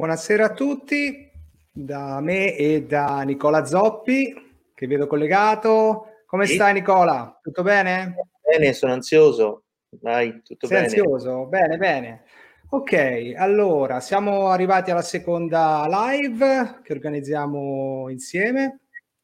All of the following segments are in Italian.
Buonasera a tutti, da me e da Nicola Zoppi, che vedo collegato. Come Sì, stai Nicola? Tutto bene? bene, sono ansioso. Vai, tutto Sei bene. ansioso? Bene, bene. Ok, allora siamo arrivati alla seconda live che organizziamo insieme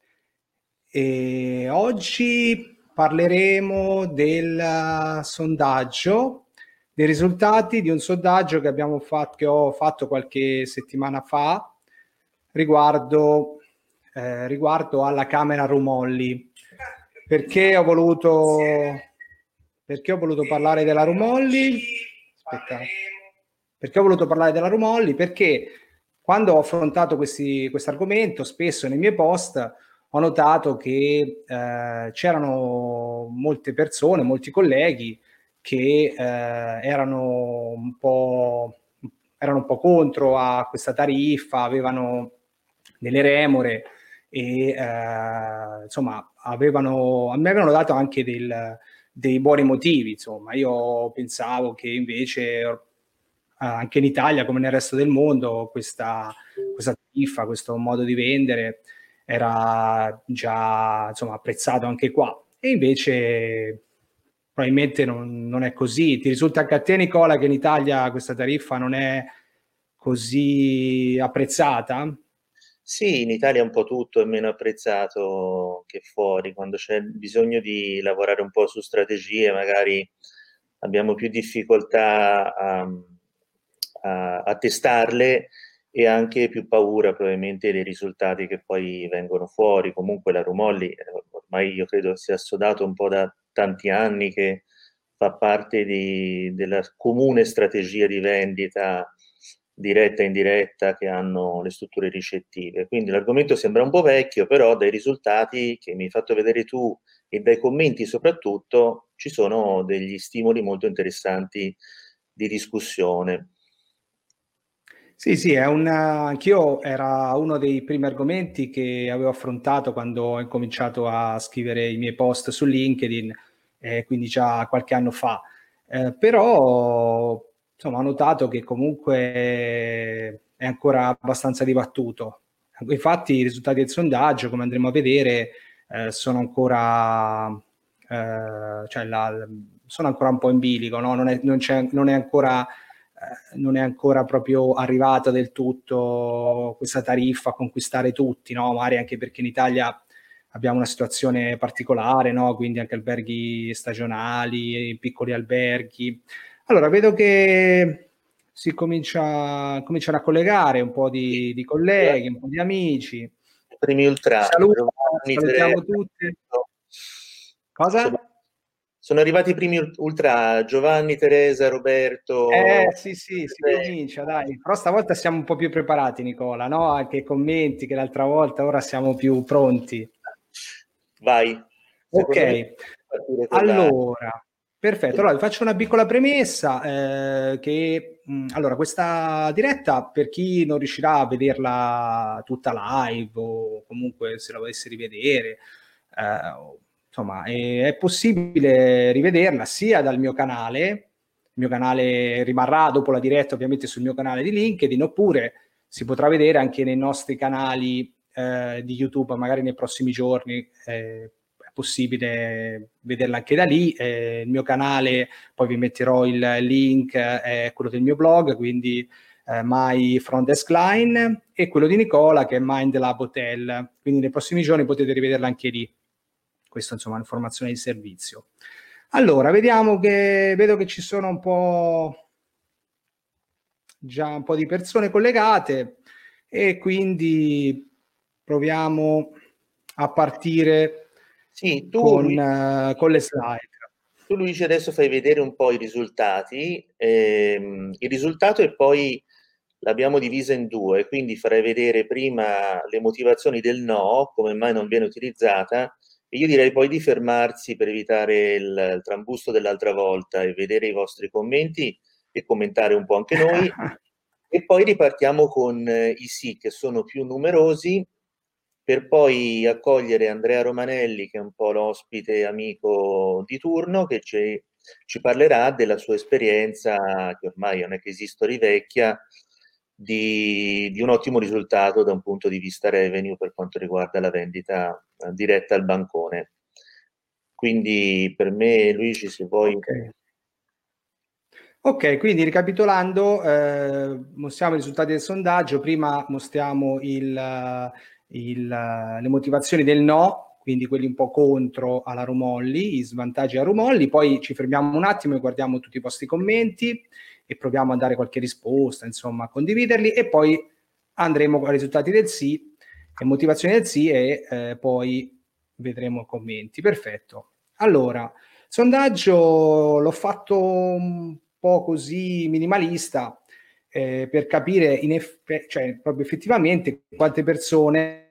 e oggi parleremo del sondaggio, dei risultati di un sondaggio che ho fatto qualche settimana fa riguardo alla Camera Rumolli. Perché ho voluto, perché ho voluto parlare della Rumolli? Aspetta. Perché ho voluto parlare della Rumolli? Perché quando ho affrontato questo argomento, spesso nei miei post ho notato che c'erano molte persone, molti colleghi che erano un po' contro a questa tariffa, avevano delle remore e insomma a me avevano dato anche dei buoni motivi. Insomma, io pensavo che invece anche in Italia, come nel resto del mondo, questa tariffa, questo modo di vendere era già insomma apprezzato anche qua. E invece probabilmente non è così. Ti risulta anche a te, Nicola, che in Italia questa tariffa non è così apprezzata? Sì, in Italia un po' tutto è meno apprezzato che fuori. Quando c'è bisogno di lavorare un po' su strategie, magari abbiamo più difficoltà a testarle e anche più paura probabilmente dei risultati che poi vengono fuori. Comunque la Rumolli, ormai io credo sia assodato un po' da tanti anni che fa parte della comune strategia di vendita diretta e indiretta che hanno le strutture ricettive. Quindi l'argomento sembra un po' vecchio, però dai risultati che mi hai fatto vedere tu e dai commenti soprattutto ci sono degli stimoli molto interessanti di discussione. Sì, sì, anch'io era uno dei primi argomenti che avevo affrontato quando ho incominciato a scrivere i miei post su LinkedIn, quindi già qualche anno fa. Però, insomma, ho notato che comunque è ancora abbastanza dibattuto. Infatti, i risultati del sondaggio, come andremo a vedere, sono ancora, cioè sono ancora un po' in bilico, no? Non è ancora proprio arrivata del tutto questa tariffa a conquistare tutti, no? Magari anche perché in Italia abbiamo una situazione particolare, no? Quindi anche alberghi stagionali, piccoli alberghi. Allora, vedo che cominciano a collegare un po' di colleghi, un po' di amici. Primi ultra, Saluto, Giovanni, salutiamo Teresa, tutti. sono, Cosa? sono arrivati i primi ultra, Giovanni, Teresa, Roberto. Sì, sì, si comincia, dai. Però stavolta siamo un po' più preparati, Nicola, no? Anche i commenti che l'altra volta, ora siamo più pronti. Vai, secondo me Ok, partire con la... allora, perfetto. Allora, vi faccio una piccola premessa allora, questa diretta, per chi non riuscirà a vederla tutta live o comunque se la volesse rivedere, insomma, è possibile rivederla sia dal mio canale. Il mio canale rimarrà dopo la diretta ovviamente sul mio canale di LinkedIn, oppure si potrà vedere anche nei nostri canali di YouTube, magari nei prossimi giorni. È possibile vederla anche da lì. Il mio canale, poi vi metterò il link, è quello del mio blog, quindi My Front Desk Line, e quello di Nicola che è Mind Lab Hotel. Quindi nei prossimi giorni potete rivederla anche lì. Questa insomma è un'informazione di servizio. Allora, vedo che ci sono già un po' di persone collegate e quindi proviamo a partire Sì, tu Luigi, con le slide. Adesso fai vedere un po' i risultati, il risultato e poi l'abbiamo divisa in due, quindi farai vedere prima le motivazioni del no, come mai non viene utilizzata, e io direi poi di fermarsi per evitare il trambusto dell'altra volta e vedere i vostri commenti e commentare un po' anche noi, e poi ripartiamo con i sì che sono più numerosi per poi accogliere Andrea Romanelli, che è un po' l'ospite amico di turno, che ci parlerà della sua esperienza, che ormai non è che esisto rivecchia, di un ottimo risultato da un punto di vista revenue per quanto riguarda la vendita diretta al bancone. Quindi per me, Luigi, se vuoi... Ok, quindi ricapitolando, mostriamo i risultati del sondaggio, prima mostriamo le motivazioni del no, quindi quelli un po' contro alla Rumolli, i svantaggi alla Rumolli, poi ci fermiamo un attimo e guardiamo tutti i vostri commenti e proviamo a dare qualche risposta, insomma, a condividerli, e poi andremo ai risultati del sì e motivazioni del sì, e poi vedremo i commenti. Perfetto. Allora, sondaggio l'ho fatto un po' così minimalista, per capire cioè, proprio effettivamente quante persone,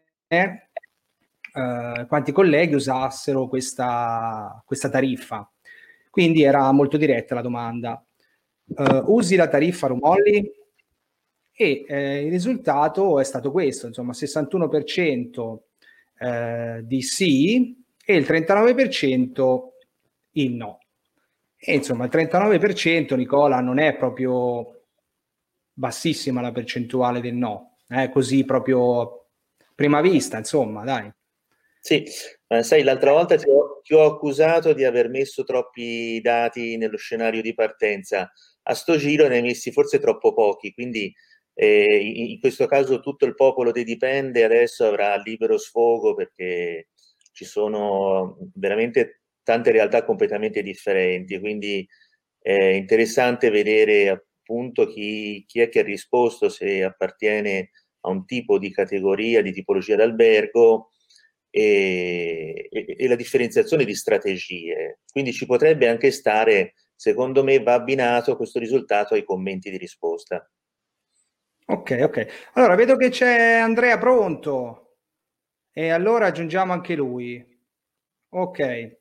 quanti colleghi usassero questa tariffa. Quindi era molto diretta la domanda. Usi la tariffa Rumolli? E il risultato è stato questo, insomma, 61% di sì e il 39% il no. E insomma, il 39%, Nicola, non è proprio bassissima la percentuale del no, così proprio a prima vista, insomma, dai. Sì, sai, l'altra volta ti ho accusato di aver messo troppi dati nello scenario di partenza. A sto giro ne hai messi forse troppo pochi, quindi in questo caso tutto il popolo dei dipende adesso avrà libero sfogo, perché ci sono veramente tante realtà completamente differenti, quindi è interessante vedere appunto chi è che ha risposto, se appartiene a un tipo di categoria, di tipologia d'albergo, e la differenziazione di strategie. Quindi ci potrebbe anche stare, secondo me, va abbinato questo risultato ai commenti di risposta. Ok. Allora, vedo che c'è Andrea pronto. E allora aggiungiamo anche lui. Ok.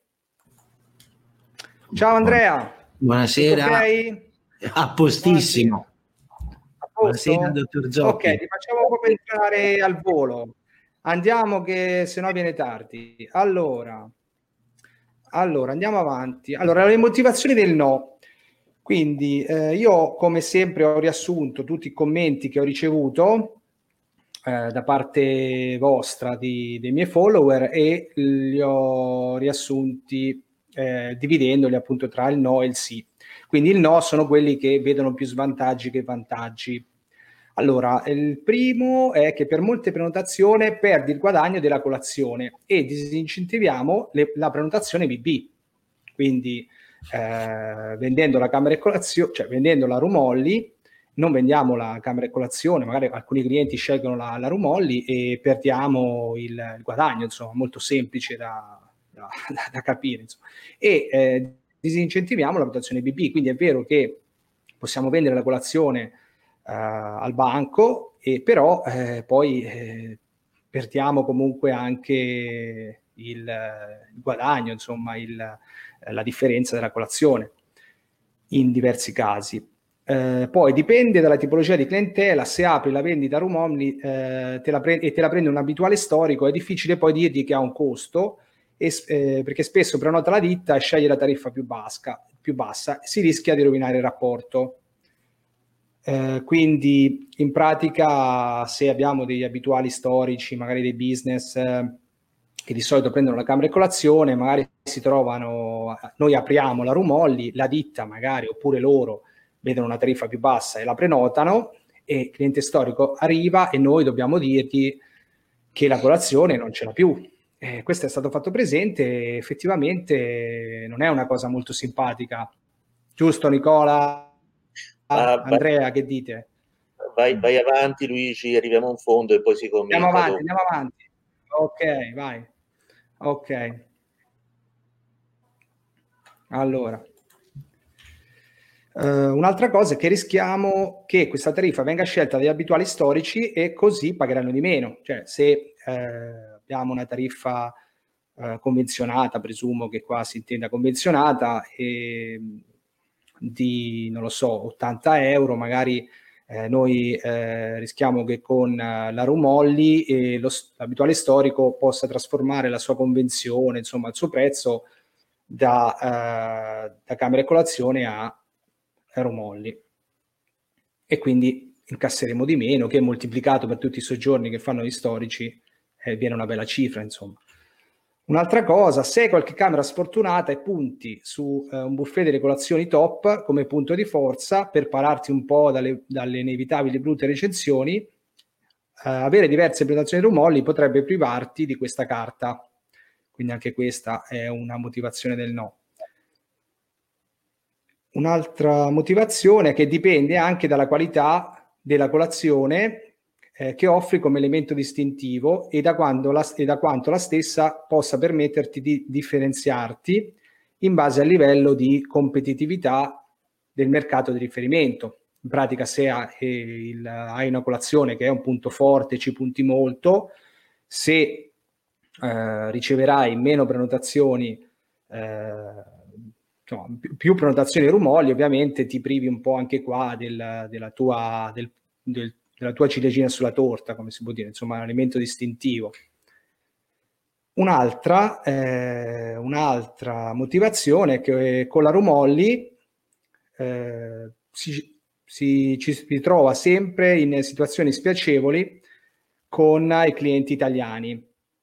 Ciao Andrea. Tutto Buonasera. ok? A postissimo. A Buonasera, posto? dottor Ok, Zoppi. ti facciamo proprio entrare al volo. Andiamo che se no viene tardi. Allora, andiamo avanti. Allora, le motivazioni del no. Quindi io come sempre ho riassunto tutti i commenti che ho ricevuto da parte vostra dei miei follower, e li ho riassunti dividendoli appunto tra il no e il sì. Quindi il no sono quelli che vedono più svantaggi che vantaggi. Allora, il primo è che per molte prenotazioni perdi il guadagno della colazione e disincentiviamo la prenotazione BB. Quindi vendendo la camera e colazione, cioè vendendo la Rumolli, non vendiamo la camera e colazione, magari alcuni clienti scelgono la Rumolli e perdiamo il guadagno, insomma, molto semplice da capire. Insomma. E disincentiviamo la prenotazione BB, quindi è vero che possiamo vendere la colazione al banco, e però poi perdiamo comunque anche il guadagno, insomma, la differenza della colazione in diversi casi. Poi dipende dalla tipologia di clientela. Se apri la vendita Room Only e te la prende un abituale storico, è difficile poi dirgli che ha un costo, perché spesso prenota la ditta e sceglie la tariffa più bassa, si rischia di rovinare il rapporto. Quindi in pratica, se abbiamo degli abituali storici, magari dei business che di solito prendono la camera e colazione, magari si trovano, noi apriamo la Rumolli, la ditta magari, oppure loro vedono una tariffa più bassa e la prenotano, e il cliente storico arriva e noi dobbiamo dirgli che la colazione non ce l'ha più. Questo è stato fatto presente e effettivamente non è una cosa molto simpatica. Giusto, Nicola? Andrea, che dite? Vai avanti, Luigi, arriviamo in fondo e poi si commenta dopo. Andiamo avanti. Ok, vai. Ok. Allora, un'altra cosa è che rischiamo che questa tariffa venga scelta dagli abituali storici e così pagheranno di meno. Cioè, se abbiamo una tariffa convenzionata, presumo che qua si intenda convenzionata, di, non lo so, 80 euro, magari noi rischiamo che con la Rumolli l'abituale storico possa trasformare la sua convenzione, insomma il suo prezzo da camera e colazione a Rumolli, e quindi incasseremo di meno, che moltiplicato per tutti i soggiorni che fanno gli storici viene una bella cifra, insomma. Un'altra cosa, se hai qualche camera sfortunata e punti su un buffet delle colazioni top come punto di forza per pararti un po' dalle inevitabili brutte recensioni, avere diverse prenotazioni rumolli potrebbe privarti di questa carta. Quindi anche questa è una motivazione del no. Un'altra motivazione è che dipende anche dalla qualità della colazione che offri come elemento distintivo e da quanto la stessa possa permetterti di differenziarti in base al livello di competitività del mercato di riferimento. In pratica, se hai una colazione che è un punto forte, ci punti molto, se riceverai meno prenotazioni, più prenotazioni rumorli, ovviamente ti privi un po' anche qua della tua ciliegina sulla torta, come si può dire, insomma, un elemento distintivo. Un'altra motivazione è che con la Rumolli ci si ritrova sempre in situazioni spiacevoli con i clienti italiani,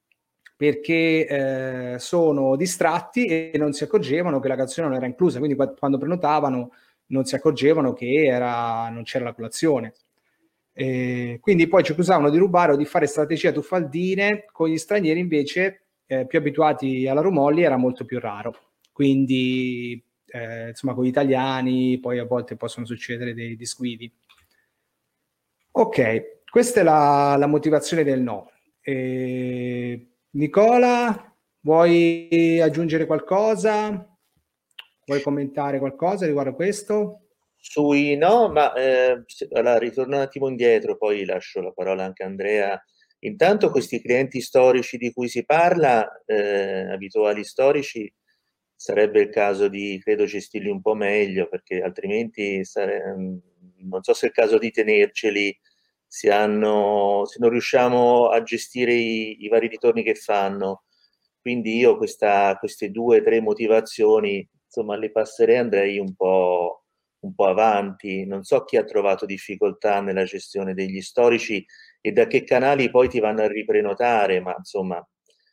perché sono distratti e non si accorgevano che la colazione non era inclusa, quindi quando prenotavano non si accorgevano che non c'era la colazione. Quindi poi ci accusavano di rubare o di fare strategie truffaldine. Con gli stranieri invece più abituati alla Rumolli era molto più raro, quindi insomma con gli italiani poi a volte possono succedere dei disguidi. Ok, questa è la motivazione del no. Nicola, vuoi aggiungere qualcosa? Vuoi commentare qualcosa riguardo a questo? Sui no, ma allora, ritorno un attimo indietro, poi lascio la parola anche a Andrea. Intanto questi clienti storici di cui si parla, abituali storici, sarebbe il caso di, credo, gestirli un po' meglio, perché altrimenti non so se è il caso di tenerceli, se non riusciamo a gestire i vari ritorni che fanno. Quindi io queste 2 o 3 motivazioni, insomma, le passerei, andrei un po' avanti. Non so chi ha trovato difficoltà nella gestione degli storici e da che canali poi ti vanno a riprenotare, ma insomma,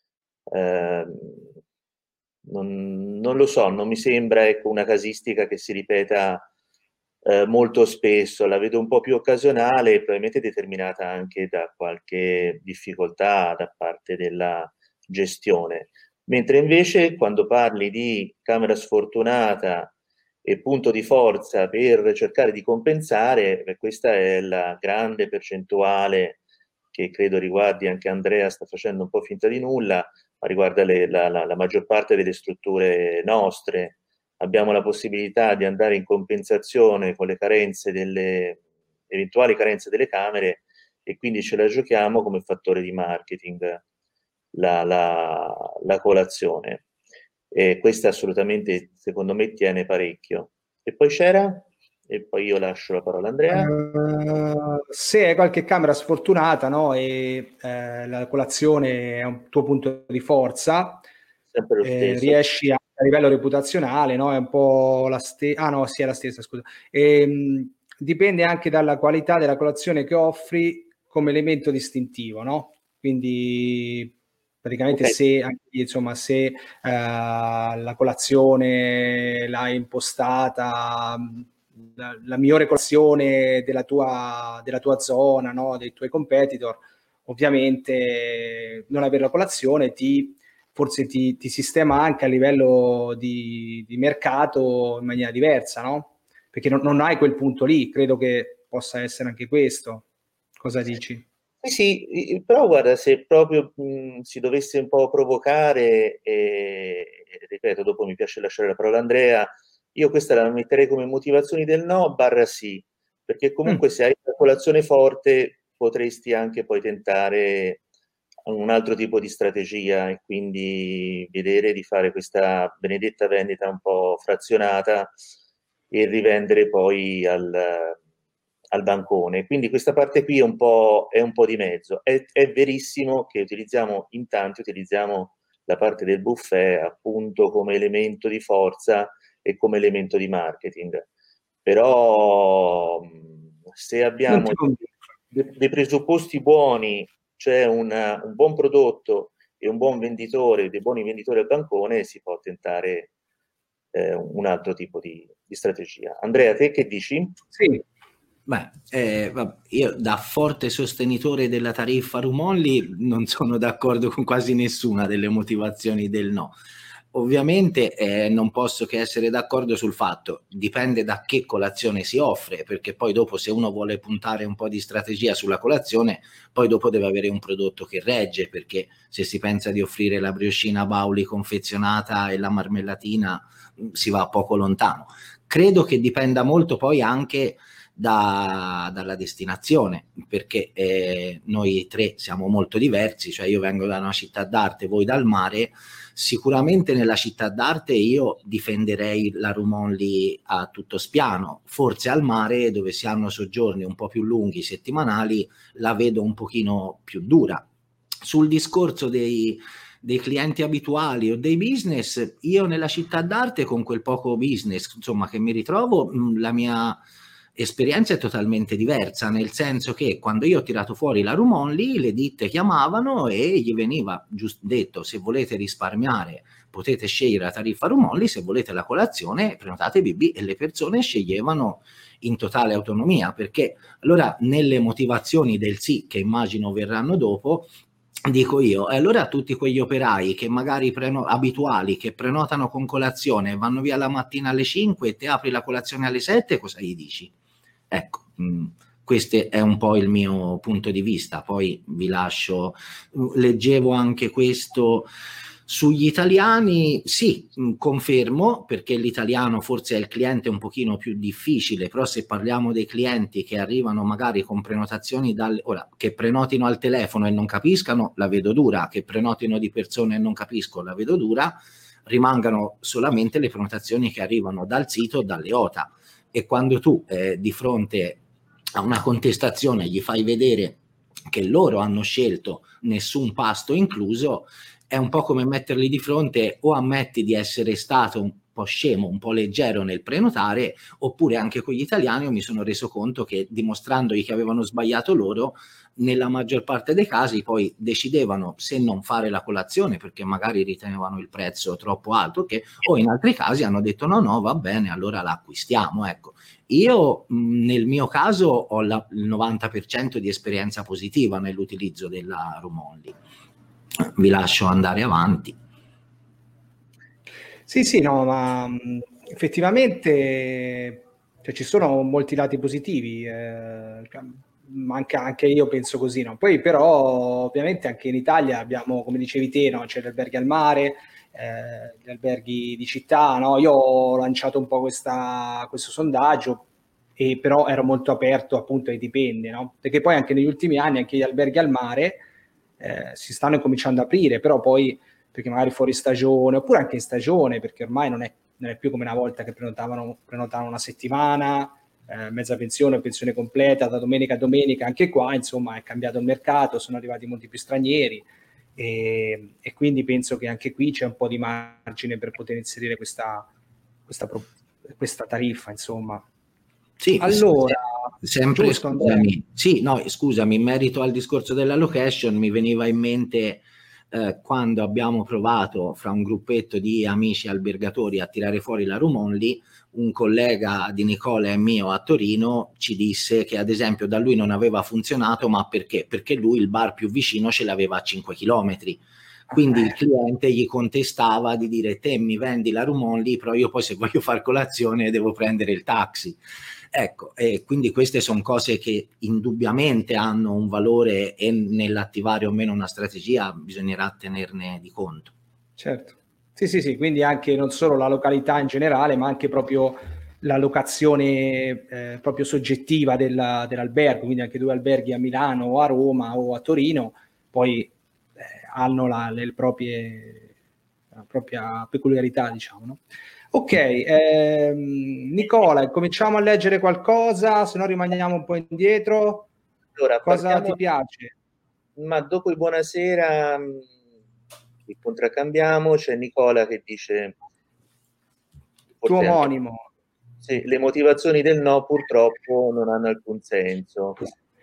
non lo so, non mi sembra, ecco, una casistica che si ripeta molto spesso, la vedo un po' più occasionale e probabilmente determinata anche da qualche difficoltà da parte della gestione. Mentre invece quando parli di camera sfortunata e punto di forza per cercare di compensare, questa è la grande percentuale che credo riguardi anche Andrea, sta facendo un po' finta di nulla, ma riguarda la maggior parte delle strutture nostre. Abbiamo la possibilità di andare in compensazione con le eventuali carenze delle camere e quindi ce la giochiamo come fattore di marketing la colazione. E questa assolutamente, secondo me, tiene parecchio. E poi c'era? E poi io lascio la parola a Andrea. Se hai qualche camera sfortunata, no, e la colazione è un tuo punto di forza, Sempre lo stesso. riesci a livello reputazionale, no, è un po' la stessa. Ah no, sì, è la stessa, scusa. Dipende anche dalla qualità della colazione che offri come elemento distintivo, no? Quindi praticamente se la colazione l'hai impostata la migliore colazione della tua zona, no? Dei tuoi competitor, ovviamente non avere la colazione forse ti sistema anche a livello di mercato in maniera diversa, no? Perché non hai quel punto lì, credo che possa essere anche questo. Cosa dici? Sì, però guarda, se proprio si dovesse un po' provocare, ripeto, dopo mi piace lasciare la parola a Andrea, io questa la metterei come motivazioni del no, barra sì, perché comunque se hai una colazione forte potresti anche poi tentare un altro tipo di strategia e quindi vedere di fare questa benedetta vendita un po' frazionata e rivendere poi al bancone. Quindi questa parte qui è un po' di mezzo. È verissimo che utilizziamo la parte del buffet appunto come elemento di forza e come elemento di marketing. Però se abbiamo dei presupposti buoni, c'è un buon prodotto e un buon venditore, dei buoni venditori al bancone, si può tentare un altro tipo di strategia. Andrea, te che dici? Sì. Io da forte sostenitore della tariffa Rumolli non sono d'accordo con quasi nessuna delle motivazioni del no. Ovviamente non posso che essere d'accordo sul fatto, dipende da che colazione si offre, perché poi dopo se uno vuole puntare un po' di strategia sulla colazione, poi dopo deve avere un prodotto che regge, perché se si pensa di offrire la brioscina Bauli confezionata e la marmellatina si va poco lontano. Credo che dipenda molto poi anche dalla destinazione, perché noi tre siamo molto diversi, cioè io vengo da una città d'arte, voi dal mare. Sicuramente nella città d'arte io difenderei la Rumolli a tutto spiano, forse al mare dove si hanno soggiorni un po' più lunghi, settimanali, la vedo un pochino più dura. Sul discorso dei clienti abituali o dei business, io nella città d'arte con quel poco business insomma che mi ritrovo, la mia esperienza è totalmente diversa, nel senso che quando io ho tirato fuori la Rumolli le ditte chiamavano e gli veniva detto: se volete risparmiare potete scegliere la tariffa Rumolli, se volete la colazione prenotate BB, e le persone sceglievano in totale autonomia, perché allora nelle motivazioni del sì che immagino verranno dopo dico io, e allora tutti quegli operai che magari abituali che prenotano con colazione vanno via la mattina alle 5 e te apri la colazione alle 7, cosa gli dici? Ecco, questo è un po' il mio punto di vista, poi vi lascio. Leggevo anche questo sugli italiani, sì, confermo, perché l'italiano forse è il cliente un pochino più difficile, però se parliamo dei clienti che arrivano magari con prenotazioni ora, che prenotino al telefono e non capiscano, la vedo dura, che prenotino di persona e non capisco, la vedo dura, rimangano solamente le prenotazioni che arrivano dal sito o dalle OTA. E quando tu di fronte a una contestazione gli fai vedere che loro hanno scelto nessun pasto incluso, è un po' come metterli di fronte: o ammetti di essere stato un po' scemo, un po' leggero nel prenotare, oppure anche con gli italiani io mi sono reso conto che dimostrandogli che avevano sbagliato loro, nella maggior parte dei casi poi decidevano se non fare la colazione perché magari ritenevano il prezzo troppo alto, o in altri casi hanno detto no, va bene, allora la acquistiamo. Ecco, io nel mio caso ho il 90% di esperienza positiva nell'utilizzo della Rumolli. Vi lascio andare avanti. Sì, no, ma effettivamente cioè, ci sono molti lati positivi, anche io penso così, no? Poi però ovviamente anche in Italia abbiamo, come dicevi te, no? C'è gli alberghi al mare, gli alberghi di città, no? Io ho lanciato un po' questo sondaggio, e però ero molto aperto appunto ai dipende, no? Perché poi anche negli ultimi anni anche gli alberghi al mare si stanno cominciando ad aprire, però poi perché magari fuori stagione, oppure anche in stagione, perché ormai non è più come una volta che prenotavano una settimana, mezza pensione, pensione completa, da domenica a domenica. Anche qua, insomma, è cambiato il mercato, sono arrivati molti più stranieri, e quindi penso che anche qui c'è un po' di margine per poter inserire questa tariffa, insomma. Sì, allora, sempre giusto, scusami. Sì, no, scusami, in merito al discorso della location mi veniva in mente quando abbiamo provato fra un gruppetto di amici albergatori a tirare fuori la Rumolli, un collega di Nicola e mio a Torino ci disse che ad esempio da lui non aveva funzionato, ma perché? Perché lui il bar più vicino ce l'aveva a 5 chilometri. Quindi il cliente gli contestava di dire: te mi vendi la Rumolli, però io poi se voglio far colazione devo prendere il taxi. Ecco, e quindi queste sono cose che indubbiamente hanno un valore, e nell'attivare o meno una strategia bisognerà tenerne di conto. Certo, sì, quindi anche non solo la località in generale, ma anche proprio la locazione proprio soggettiva dell'albergo, quindi anche due alberghi a Milano o a Roma o a Torino, poi hanno la propria peculiarità, diciamo, no? Ok, Nicola, cominciamo a leggere qualcosa, se no rimaniamo un po' indietro. Allora, cosa ti piace? Ma dopo il buonasera contraccambiamo, c'è Nicola che dice tuo omonimo. Sì, le motivazioni del no purtroppo non hanno alcun senso.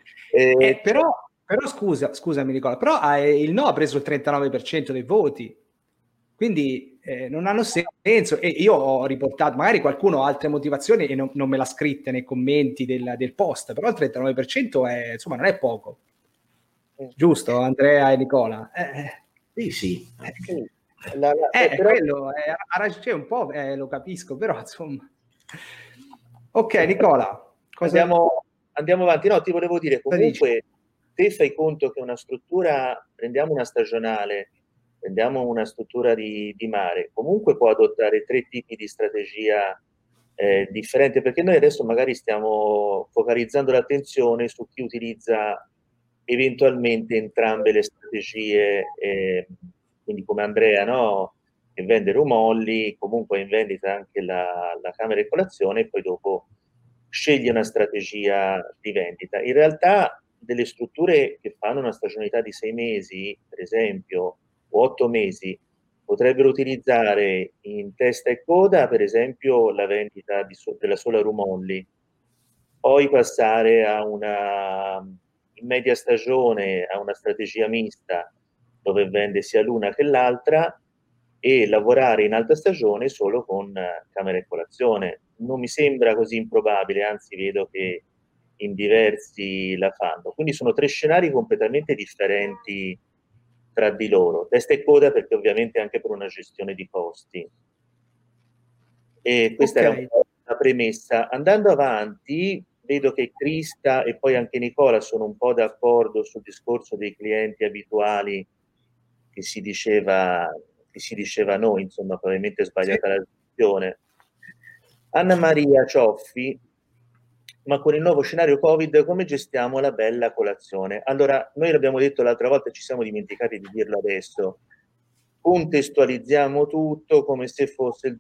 Però scusami Nicola, però il no ha preso il 39% dei voti, quindi non hanno senso. E io ho riportato, magari qualcuno ha altre motivazioni e non me l'ha scritta nei commenti del post, però il 39% è, insomma, non è poco. Giusto, Andrea e Nicola? Sì, sì. Però... quello, c'è un po', lo capisco, però insomma. Ok, Nicola. Andiamo avanti. No, ti volevo dire, comunque, dici? te fai conto che una struttura, prendiamo una stagionale, prendiamo una struttura di mare, comunque può adottare 3 tipi di strategia differente, perché noi adesso magari stiamo focalizzando l'attenzione su chi utilizza eventualmente entrambe le strategie, quindi come Andrea, no? Che vende rumolli, comunque in vendita anche la camera e colazione, e poi dopo sceglie una strategia di vendita. In realtà delle strutture che fanno una stagionalità di 6 mesi, per esempio, o 8 mesi, potrebbero utilizzare in testa e coda, per esempio, la vendita della sola rumolli, poi passare in media stagione a una strategia mista dove vende sia l'una che l'altra, e lavorare in alta stagione solo con camera e colazione. Non mi sembra così improbabile, anzi vedo che in diversi la fanno. Quindi sono 3 scenari completamente differenti tra di loro. Testa e coda, perché ovviamente anche per una gestione di costi. E questa era un po' la premessa. Andando avanti, vedo che Crista e poi anche Nicola sono un po' d'accordo sul discorso dei clienti abituali che si diceva noi, insomma, probabilmente è sbagliata la gestione. Anna Maria Cioffi: ma con il nuovo scenario Covid come gestiamo la bella colazione? Allora, noi l'abbiamo detto l'altra volta e ci siamo dimenticati di dirlo adesso. Contestualizziamo tutto come se fosse il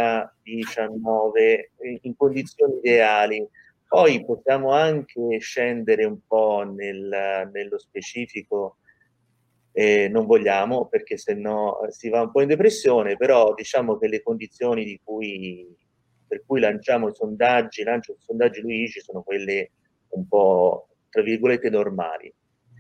2019, in condizioni ideali. Poi possiamo anche scendere un po' nello specifico, non vogliamo, perché sennò si va un po' in depressione, però diciamo che le condizioni per cui lanciamo i sondaggi, Luigi, sono quelle un po', tra virgolette, normali.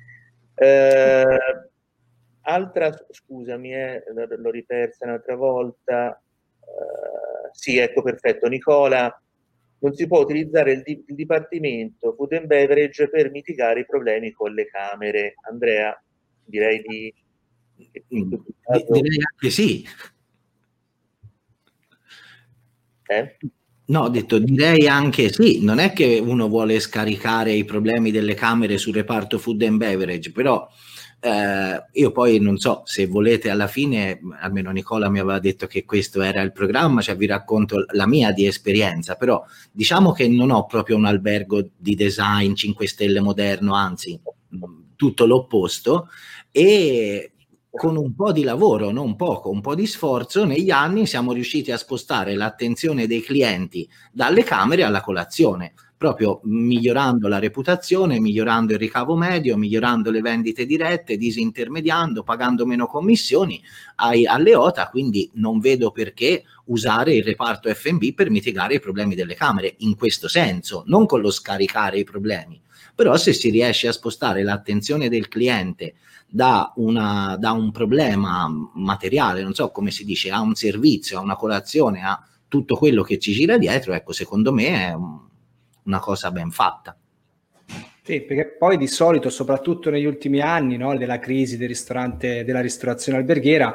Scusami, l'ho ripersa un'altra volta. Sì, ecco, perfetto. Nicola: non si può utilizzare il dipartimento food and beverage per mitigare i problemi con le camere. Andrea, direi direi anche sì. No, ho detto direi anche sì. Non è che uno vuole scaricare i problemi delle camere sul reparto food and beverage, però io poi non so se volete, alla fine, almeno Nicola mi aveva detto che questo era il programma, cioè vi racconto la mia di esperienza, però diciamo che non ho proprio un albergo di design 5 stelle moderno, anzi tutto l'opposto, e con un po' di lavoro, non poco, un po' di sforzo, negli anni siamo riusciti a spostare l'attenzione dei clienti dalle camere alla colazione, proprio migliorando la reputazione, migliorando il ricavo medio, migliorando le vendite dirette, disintermediando, pagando meno commissioni alle OTA, quindi non vedo perché usare il reparto F&B per mitigare i problemi delle camere, in questo senso, non con lo scaricare i problemi. Però se si riesce a spostare l'attenzione del cliente da un problema materiale, non so come si dice, a un servizio, a una colazione, a tutto quello che ci gira dietro, ecco, secondo me è una cosa ben fatta. Sì, perché poi di solito, soprattutto negli ultimi anni, no, della crisi del ristorante, della ristorazione alberghiera,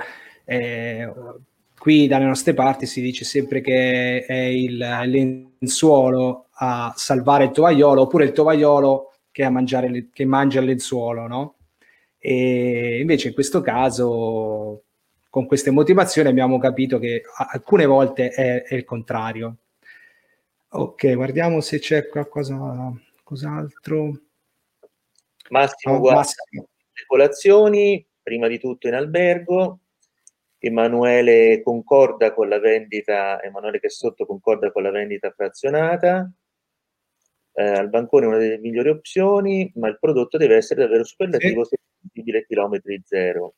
qui dalle nostre parti si dice sempre che è il lenzuolo a salvare il tovagliolo, oppure il tovagliolo che mangia il lenzuolo, no? E invece in questo caso, con queste motivazioni, abbiamo capito che alcune volte è il contrario. Ok, guardiamo se c'è cos'altro. Massimo, guarda, le colazioni, prima di tutto in albergo. Emanuele Cassotto concorda con la vendita frazionata. Al bancone è una delle migliori opzioni, ma il prodotto deve essere davvero superlativo, se possibile chilometri zero.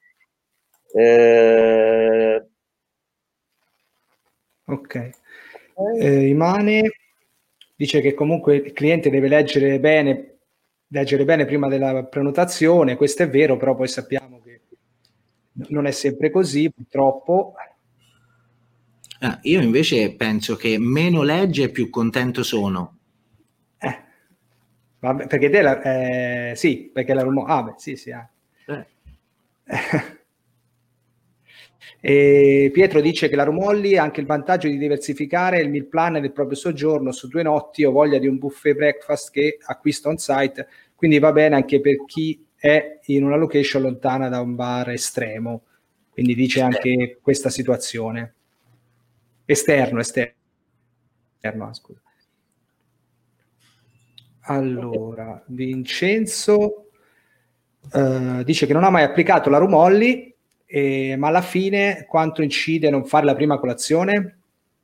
Ok. Imane dice che comunque il cliente deve leggere bene prima della prenotazione. Questo è vero, però poi sappiamo che non è sempre così, purtroppo. Io invece penso che meno legge più contento sono. Vabbè, perché te sì, perché la rumore... sì. E Pietro dice che la Rumolli ha anche il vantaggio di diversificare il meal plan del proprio soggiorno su 2 notti o voglia di un buffet breakfast che acquista on site, quindi va bene anche per chi è in una location lontana da un bar estremo, quindi dice anche questa situazione. Esterno, scusa. Allora, Vincenzo dice che non ha mai applicato la Rumolli, ma alla fine quanto incide non fare la prima colazione?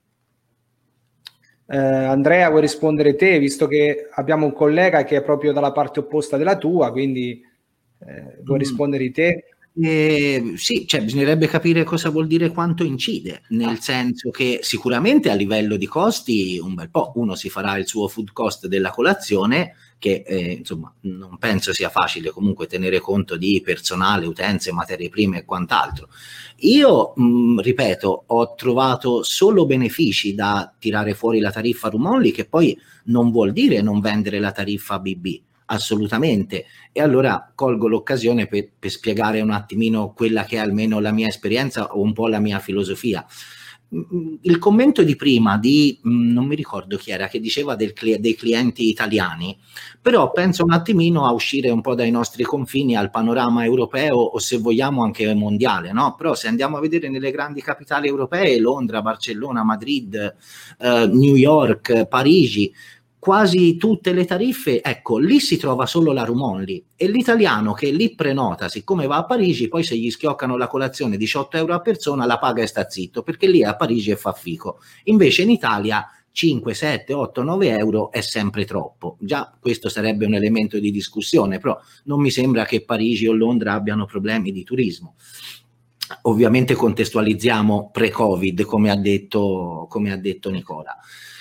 Andrea, vuoi rispondere te, visto che abbiamo un collega che è proprio dalla parte opposta della tua, quindi vuoi rispondere te? Sì, cioè bisognerebbe capire cosa vuol dire quanto incide, nel senso che sicuramente a livello di costi un bel po', uno si farà il suo food cost della colazione, che insomma non penso sia facile comunque tenere conto di personale, utenze, materie prime e quant'altro. Io ripeto, ho trovato solo benefici da tirare fuori la tariffa Rumolli, che poi non vuol dire non vendere la tariffa BB, assolutamente. E allora colgo l'occasione per spiegare un attimino quella che è almeno la mia esperienza o un po' la mia filosofia. Il commento di prima di non mi ricordo chi era, che diceva dei clienti italiani, però penso un attimino a uscire un po' dai nostri confini al panorama europeo o se vogliamo anche mondiale, no? Però se andiamo a vedere nelle grandi capitali europee, Londra, Barcellona, Madrid, New York, Parigi, quasi tutte le tariffe, ecco, lì si trova solo la Rumolli, e l'italiano che lì prenota, siccome va a Parigi, poi se gli schioccano la colazione 18 euro a persona la paga e sta zitto, perché lì è a Parigi e fa fico. Invece in Italia 5, 7, 8, 9 euro è sempre troppo. Già questo sarebbe un elemento di discussione, però non mi sembra che Parigi o Londra abbiano problemi di turismo. Ovviamente contestualizziamo pre-Covid, come ha detto Nicola.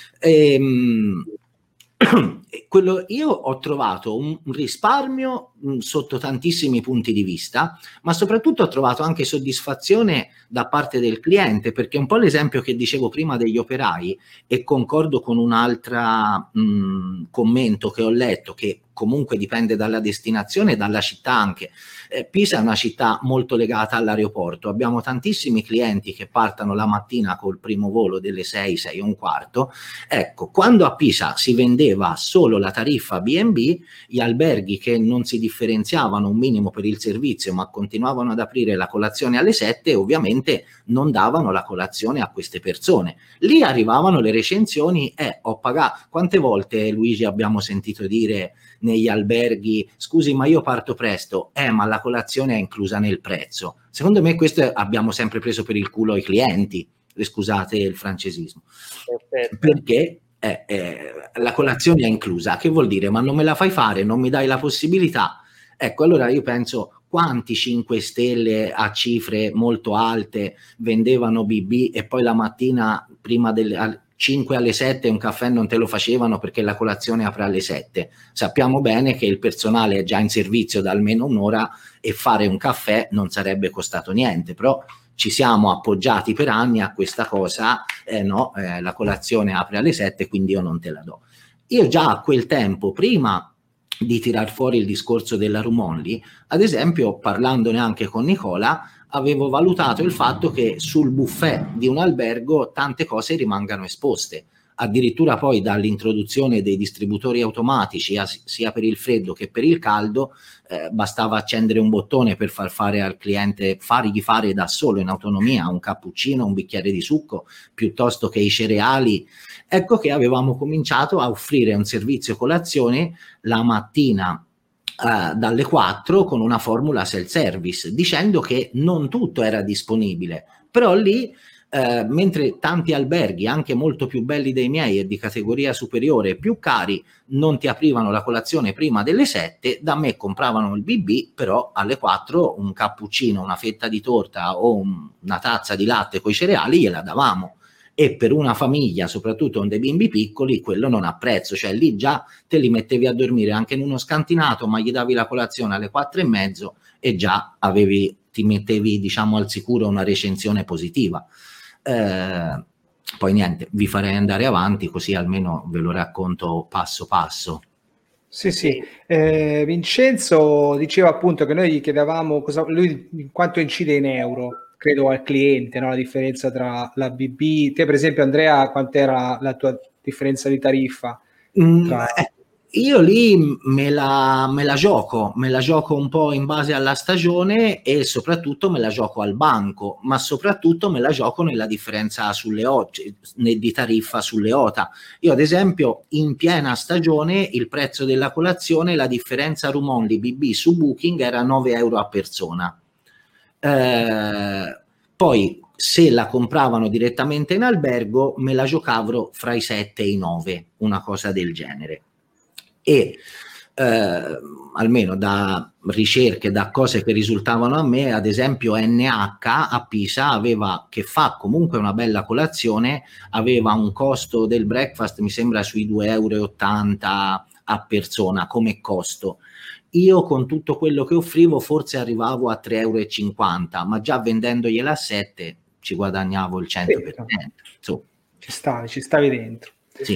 Io ho trovato un risparmio sotto tantissimi punti di vista, ma soprattutto ho trovato anche soddisfazione da parte del cliente, perché un po' l'esempio che dicevo prima degli operai, e concordo con un altro commento che ho letto, che comunque dipende dalla destinazione e dalla città anche. Pisa è una città molto legata all'aeroporto, abbiamo tantissimi clienti che partono la mattina col primo volo delle 6, 6 e un quarto. Ecco, quando a Pisa si vendeva solo la tariffa B&B, gli alberghi che non si differenziavano un minimo per il servizio ma continuavano ad aprire la colazione alle 7, ovviamente non davano la colazione a queste persone. Lì arrivavano le recensioni, ho pagato. Quante volte, Luigi, abbiamo sentito dire negli alberghi: scusi, ma io parto presto, ma la colazione è inclusa nel prezzo. Secondo me questo abbiamo sempre preso per il culo i clienti, scusate il francesismo. Perché la colazione è inclusa, che vuol dire? Ma non me la fai fare, non mi dai la possibilità? Ecco, allora io penso, quanti 5 stelle a cifre molto alte vendevano BB e poi la mattina prima delle 5 alle 7 un caffè non te lo facevano perché la colazione apre alle 7. Sappiamo bene che il personale è già in servizio da almeno un'ora e fare un caffè non sarebbe costato niente, però ci siamo appoggiati per anni a questa cosa, la colazione apre alle 7, quindi io non te la do. Io già a quel tempo, prima di tirar fuori il discorso della Rumolli, ad esempio, parlandone anche con Nicola, avevo valutato il fatto che sul buffet di un albergo tante cose rimangano esposte. Addirittura poi dall'introduzione dei distributori automatici sia per il freddo che per il caldo, bastava accendere un bottone per far fare al cliente, fargli fare da solo in autonomia un cappuccino, un bicchiere di succo, piuttosto che i cereali. Ecco che avevamo cominciato a offrire un servizio colazione la mattina dalle 4 con una formula self-service, dicendo che non tutto era disponibile, però lì mentre tanti alberghi, anche molto più belli dei miei e di categoria superiore, più cari, non ti aprivano la colazione prima delle 7, da me compravano il BB, però alle 4 un cappuccino, una fetta di torta o una tazza di latte con i cereali gliela davamo. e per una famiglia, soprattutto con dei bimbi piccoli, quello non ha prezzo, cioè lì già te li mettevi a dormire anche in uno scantinato, ma gli davi la colazione alle 4:30 e già ti mettevi, diciamo, al sicuro una recensione positiva. Poi niente, vi farei andare avanti così almeno ve lo racconto passo passo. Sì. Vincenzo diceva appunto che noi gli chiedevamo lui quanto incide in euro, credo al cliente, no? La differenza tra la BB. Te per esempio Andrea, quant'era la tua differenza di tariffa? Io lì me la gioco un po' in base alla stagione e soprattutto me la gioco al banco, ma soprattutto me la gioco nella differenza di tariffa sulle OTA. Io ad esempio in piena stagione il prezzo della colazione, la differenza room only BB su Booking era 9 euro a persona. Poi se la compravano direttamente in albergo me la giocavo fra i 7 e i 9, una cosa del genere. E almeno da ricerche, da cose che risultavano a me, ad esempio NH a Pisa aveva, che fa comunque una bella colazione, aveva un costo del breakfast mi sembra sui 2,80 euro a persona come costo. Io con tutto quello che offrivo forse arrivavo a 3,50 euro, ma già vendendogliela a 7 ci guadagnavo il 100%. So. Ci stavi dentro. Sì.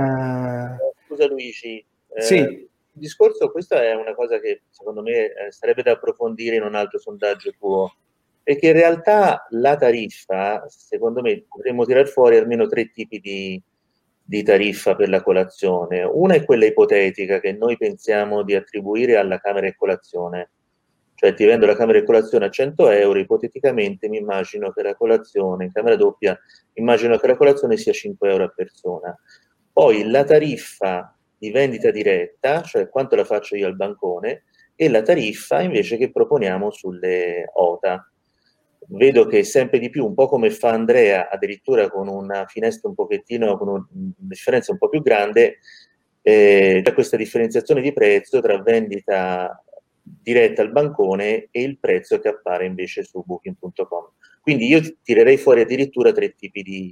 Scusa Luigi, sì. Il discorso, questa è una cosa che secondo me sarebbe da approfondire in un altro sondaggio tuo, è che in realtà la tariffa, secondo me, potremmo tirar fuori almeno 3 tipi di tariffa per la colazione. Una è quella ipotetica che noi pensiamo di attribuire alla camera e colazione, cioè ti vendo la camera e colazione a 100 euro, ipoteticamente mi immagino che la colazione, in camera doppia, immagino che la colazione sia 5 euro a persona. Poi la tariffa di vendita diretta, cioè quanto la faccio io al bancone, e la tariffa invece che proponiamo sulle OTA. Vedo che sempre di più, un po' come fa Andrea, addirittura con una finestra un pochettino, con una differenza un po' più grande, c'è questa differenziazione di prezzo tra vendita diretta al bancone e il prezzo che appare invece su Booking.com. Quindi io tirerei fuori addirittura 3 tipi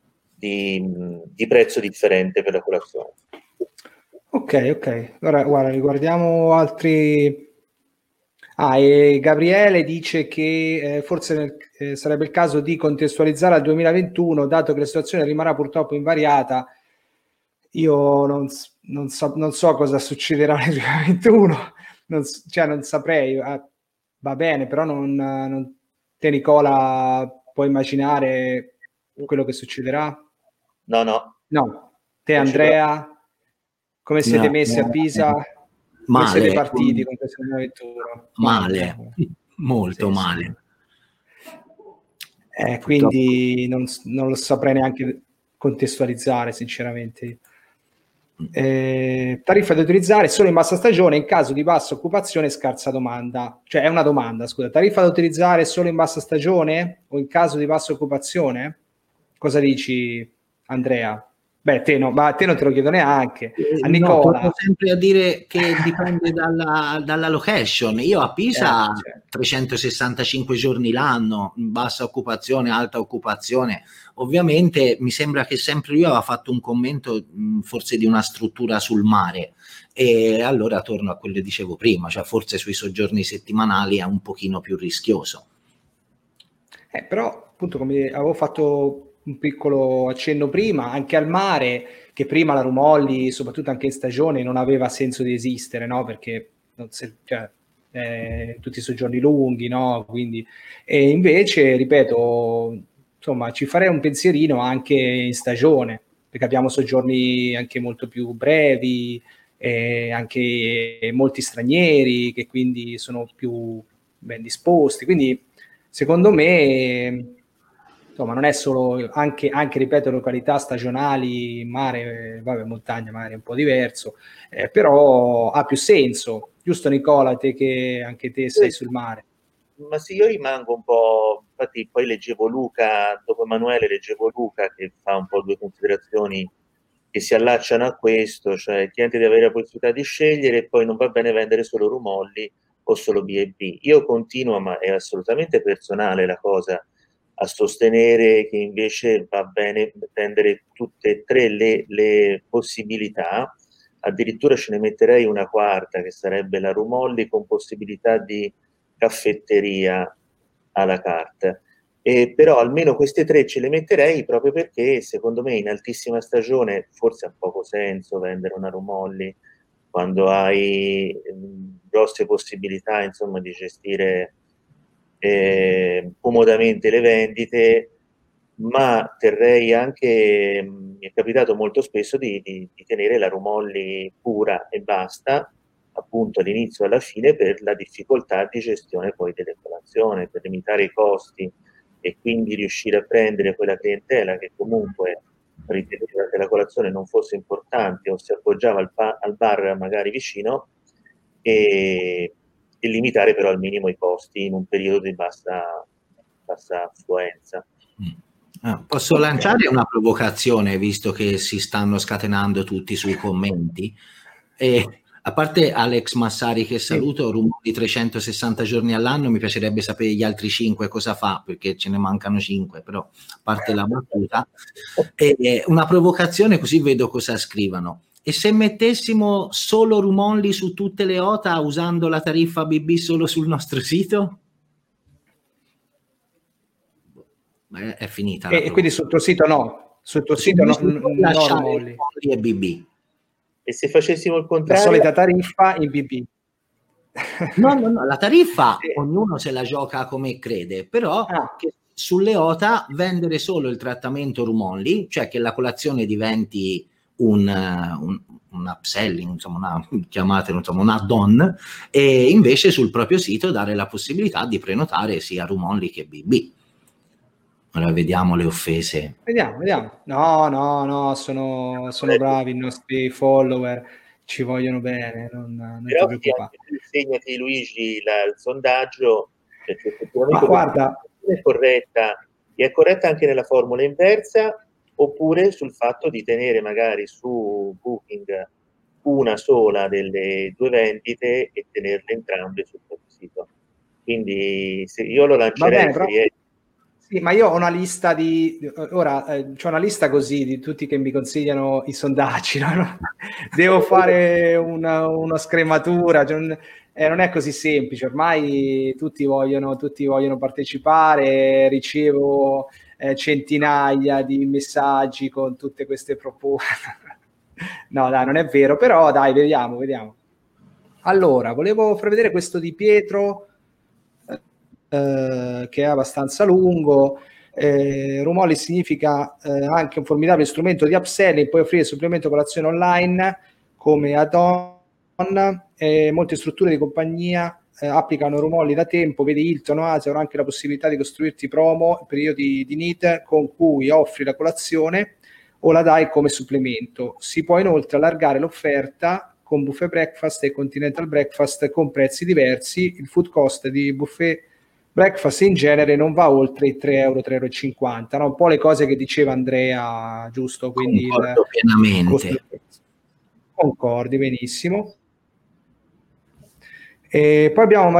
di prezzo differente per la colazione. Ok. Allora, guarda, riguardiamo altri. E Gabriele dice che forse sarebbe il caso di contestualizzare al 2021, dato che la situazione rimarrà purtroppo invariata. Io non so cosa succederà nel 2021, non saprei. Va bene, però te Nicola puoi immaginare quello che succederà? No. Te Andrea, come siete messi a Pisa? Come siete partiti con questa avventura? Male, molto male. Quindi non lo saprei neanche contestualizzare, sinceramente. Tariffa da utilizzare solo in bassa stagione in caso di bassa occupazione e scarsa domanda. Cioè è una domanda, scusa. Tariffa da utilizzare solo in bassa stagione o in caso di bassa occupazione? Cosa dici, Andrea? Beh, ma a te non te lo chiedo neanche. A Nicola. No, sempre a dire che dipende dalla location. Io a Pisa 365 giorni l'anno, bassa occupazione, alta occupazione. Ovviamente mi sembra che sempre lui aveva fatto un commento forse di una struttura sul mare, e allora torno a quello che dicevo prima, cioè forse sui soggiorni settimanali è un pochino più rischioso. Però appunto, come avevo fatto un piccolo accenno prima, anche al mare, che prima la Rumolli, soprattutto anche in stagione, non aveva senso di esistere, no? Perché tutti i soggiorni lunghi, no? Quindi, e invece, ripeto, insomma, ci farei un pensierino anche in stagione, perché abbiamo soggiorni anche molto più brevi, anche molti stranieri che quindi sono più ben disposti. Quindi, secondo me, insomma, non è solo, anche ripeto, località stagionali, mare, vabbè, montagna magari è un po' diverso, però ha più senso, giusto Nicola, te che anche te sei sul mare? Ma sì, io rimango un po', infatti poi leggevo Luca, dopo Emanuele leggevo Luca che fa un po' 2 considerazioni che si allacciano a questo, cioè il cliente deve avere la possibilità di scegliere e poi non va bene vendere solo Rumolli o solo B&B. Io continuo, ma è assolutamente personale la cosa, a sostenere che invece va bene prendere tutte e tre le possibilità. Addirittura ce ne metterei una quarta, che sarebbe la Rumolli con possibilità di caffetteria à la carte. Però almeno queste tre ce le metterei, proprio perché secondo me in altissima stagione forse ha poco senso vendere una Rumolli quando hai grosse possibilità, insomma, di gestire comodamente le vendite, ma terrei anche, mi è capitato molto spesso di tenere la Rumolli pura e basta, appunto all'inizio e alla fine, per la difficoltà di gestione poi delle colazioni, per limitare i costi e quindi riuscire a prendere quella clientela che comunque riteneva che la colazione non fosse importante o si appoggiava al bar magari vicino, e limitare però al minimo i costi in un periodo di bassa affluenza. Posso lanciare una provocazione, visto che si stanno scatenando tutti sui commenti? A parte Alex Massari, che saluto, Rumolli 360 giorni all'anno, mi piacerebbe sapere gli altri 5 cosa fa, perché ce ne mancano 5, però a parte la battuta, una provocazione, così vedo cosa scrivano. E se mettessimo solo Rumolli su tutte le OTA usando la tariffa BB solo sul nostro sito? È finita. E quindi sul tuo sito no? Sul tuo sito no, Rumolli e BB. E se facessimo il contrario? La solita tariffa in BB. No, la tariffa ognuno se la gioca come crede, però che sulle OTA vendere solo il trattamento Rumolli, cioè che la colazione diventi un upselling, insomma, chiamatelo, insomma, un add-on, e invece sul proprio sito dare la possibilità di prenotare sia Rumolli che BB. Ora vediamo le offese. Vediamo. No, sono bravi i nostri follower, ci vogliono bene, non ti preoccupare. Segnati, Luigi, il sondaggio, perché effettivamente ma guarda, è corretta, e è corretta anche nella formula inversa, oppure sul fatto di tenere magari su Booking una sola delle due vendite e tenerle entrambe sul proprio sito. Quindi se io lo lancerei, sì, ma io ho una lista c'ho una lista così di tutti che mi consigliano i sondaggi, no? Devo fare una scrematura, cioè non è così semplice, ormai tutti vogliono partecipare, ricevo centinaia di messaggi con tutte queste proposte. No, dai, non è vero, però dai, vediamo. Allora, volevo far vedere questo di Pietro, che è abbastanza lungo. Rumolli significa anche un formidabile strumento di upselling, puoi offrire supplemento colazione online come add-on. Molte strutture di compagnia applicano Rumolli da tempo, vedi Hilton, Oasi, ora anche la possibilità di costruirti promo periodi di need con cui offri la colazione o la dai come supplemento. Si può inoltre allargare l'offerta con buffet breakfast e continental breakfast con prezzi diversi. Il food cost di buffet breakfast in genere non va oltre i 3,50 €, no? Un po' le cose che diceva Andrea, giusto? Quindi concordo pienamente. Concordi, benissimo. E poi abbiamo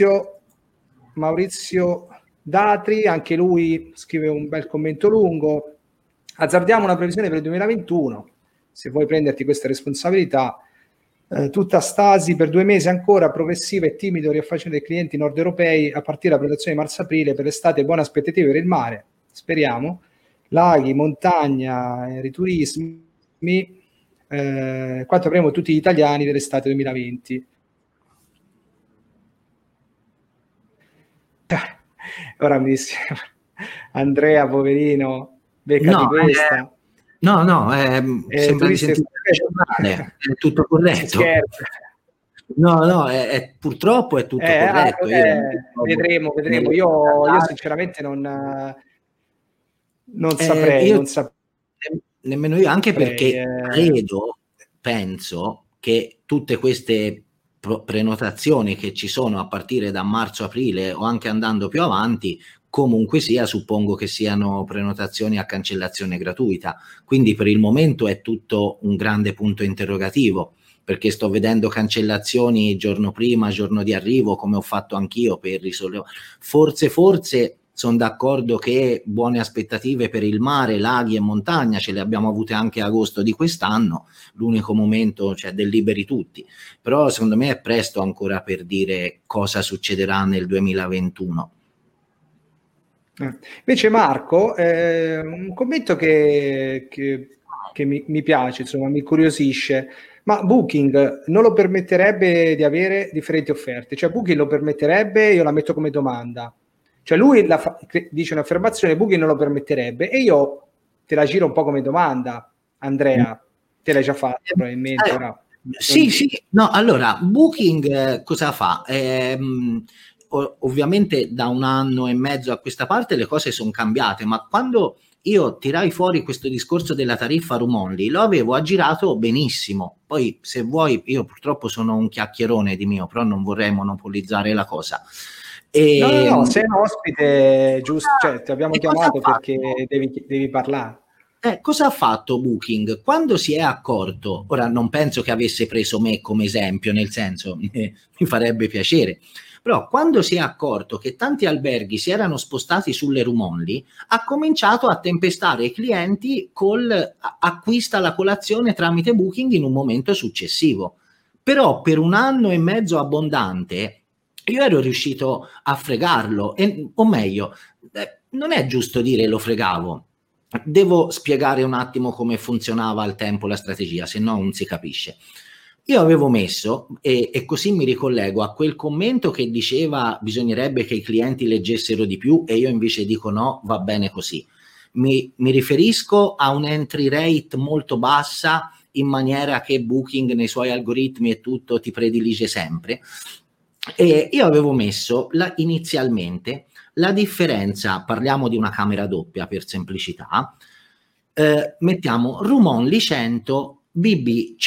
Maurizio Datri, anche lui scrive un bel commento lungo. Azzardiamo una previsione per il 2021, se vuoi prenderti questa responsabilità. Tutta stasi per 2 mesi ancora, progressiva e timido riaffacimento dei clienti nord europei a partire dalla prenotazione di marzo-aprile, per l'estate buone aspettative per il mare, speriamo, laghi, montagna, riturismi, quanto avremo tutti gli italiani dell'estate 2020. Ora mi dice Andrea, poverino, beccati questa. Sembra di sentire è tutto corretto. No, purtroppo è tutto corretto. Vedremo. Io sinceramente non saprei. Nemmeno io, anche perché penso che tutte queste prenotazioni che ci sono a partire da marzo-aprile o anche andando più avanti, comunque sia, suppongo che siano prenotazioni a cancellazione gratuita, quindi per il momento è tutto un grande punto interrogativo, perché sto vedendo cancellazioni giorno prima, giorno di arrivo, come ho fatto anch'io per risollevare. Forse sono d'accordo che buone aspettative per il mare, laghi e montagna ce le abbiamo avute anche a agosto di quest'anno, l'unico momento, cioè, del liberi tutti, però secondo me è presto ancora per dire cosa succederà nel 2021. Invece Marco, un commento che mi piace, insomma, mi incuriosisce, ma Booking non lo permetterebbe di avere differenti offerte? Cioè Booking lo permetterebbe, io la metto come domanda, cioè lui dice un'affermazione, Booking non lo permetterebbe, e io te la giro un po' come domanda, Andrea, te l'hai già fatta probabilmente, ora. Sì, no, allora, Booking cosa fa? Ovviamente da un anno e mezzo a questa parte le cose sono cambiate, ma quando io tirai fuori questo discorso della tariffa room only, lo avevo aggirato benissimo. Poi, se vuoi, io purtroppo sono un chiacchierone di mio, però non vorrei monopolizzare la cosa. No, sei un ospite, giusto, cioè ti abbiamo chiamato perché devi parlare. Cosa ha fatto Booking? Quando si è accorto, ora non penso che avesse preso me come esempio, nel senso, mi farebbe piacere, però quando si è accorto che tanti alberghi si erano spostati sulle room only, ha cominciato a tempestare i clienti col acquista la colazione tramite Booking in un momento successivo. Però per un anno e mezzo abbondante io ero riuscito a fregarlo, o meglio, non è giusto dire lo fregavo. Devo spiegare un attimo come funzionava al tempo la strategia, se no non si capisce. Io avevo messo, e così mi ricollego a quel commento che diceva bisognerebbe che i clienti leggessero di più, e io invece dico no, va bene così. Mi riferisco a un entry rate molto bassa, in maniera che Booking nei suoi algoritmi e tutto ti predilige sempre. E io avevo messo inizialmente la differenza, parliamo di una camera doppia per semplicità, mettiamo room only 100, BB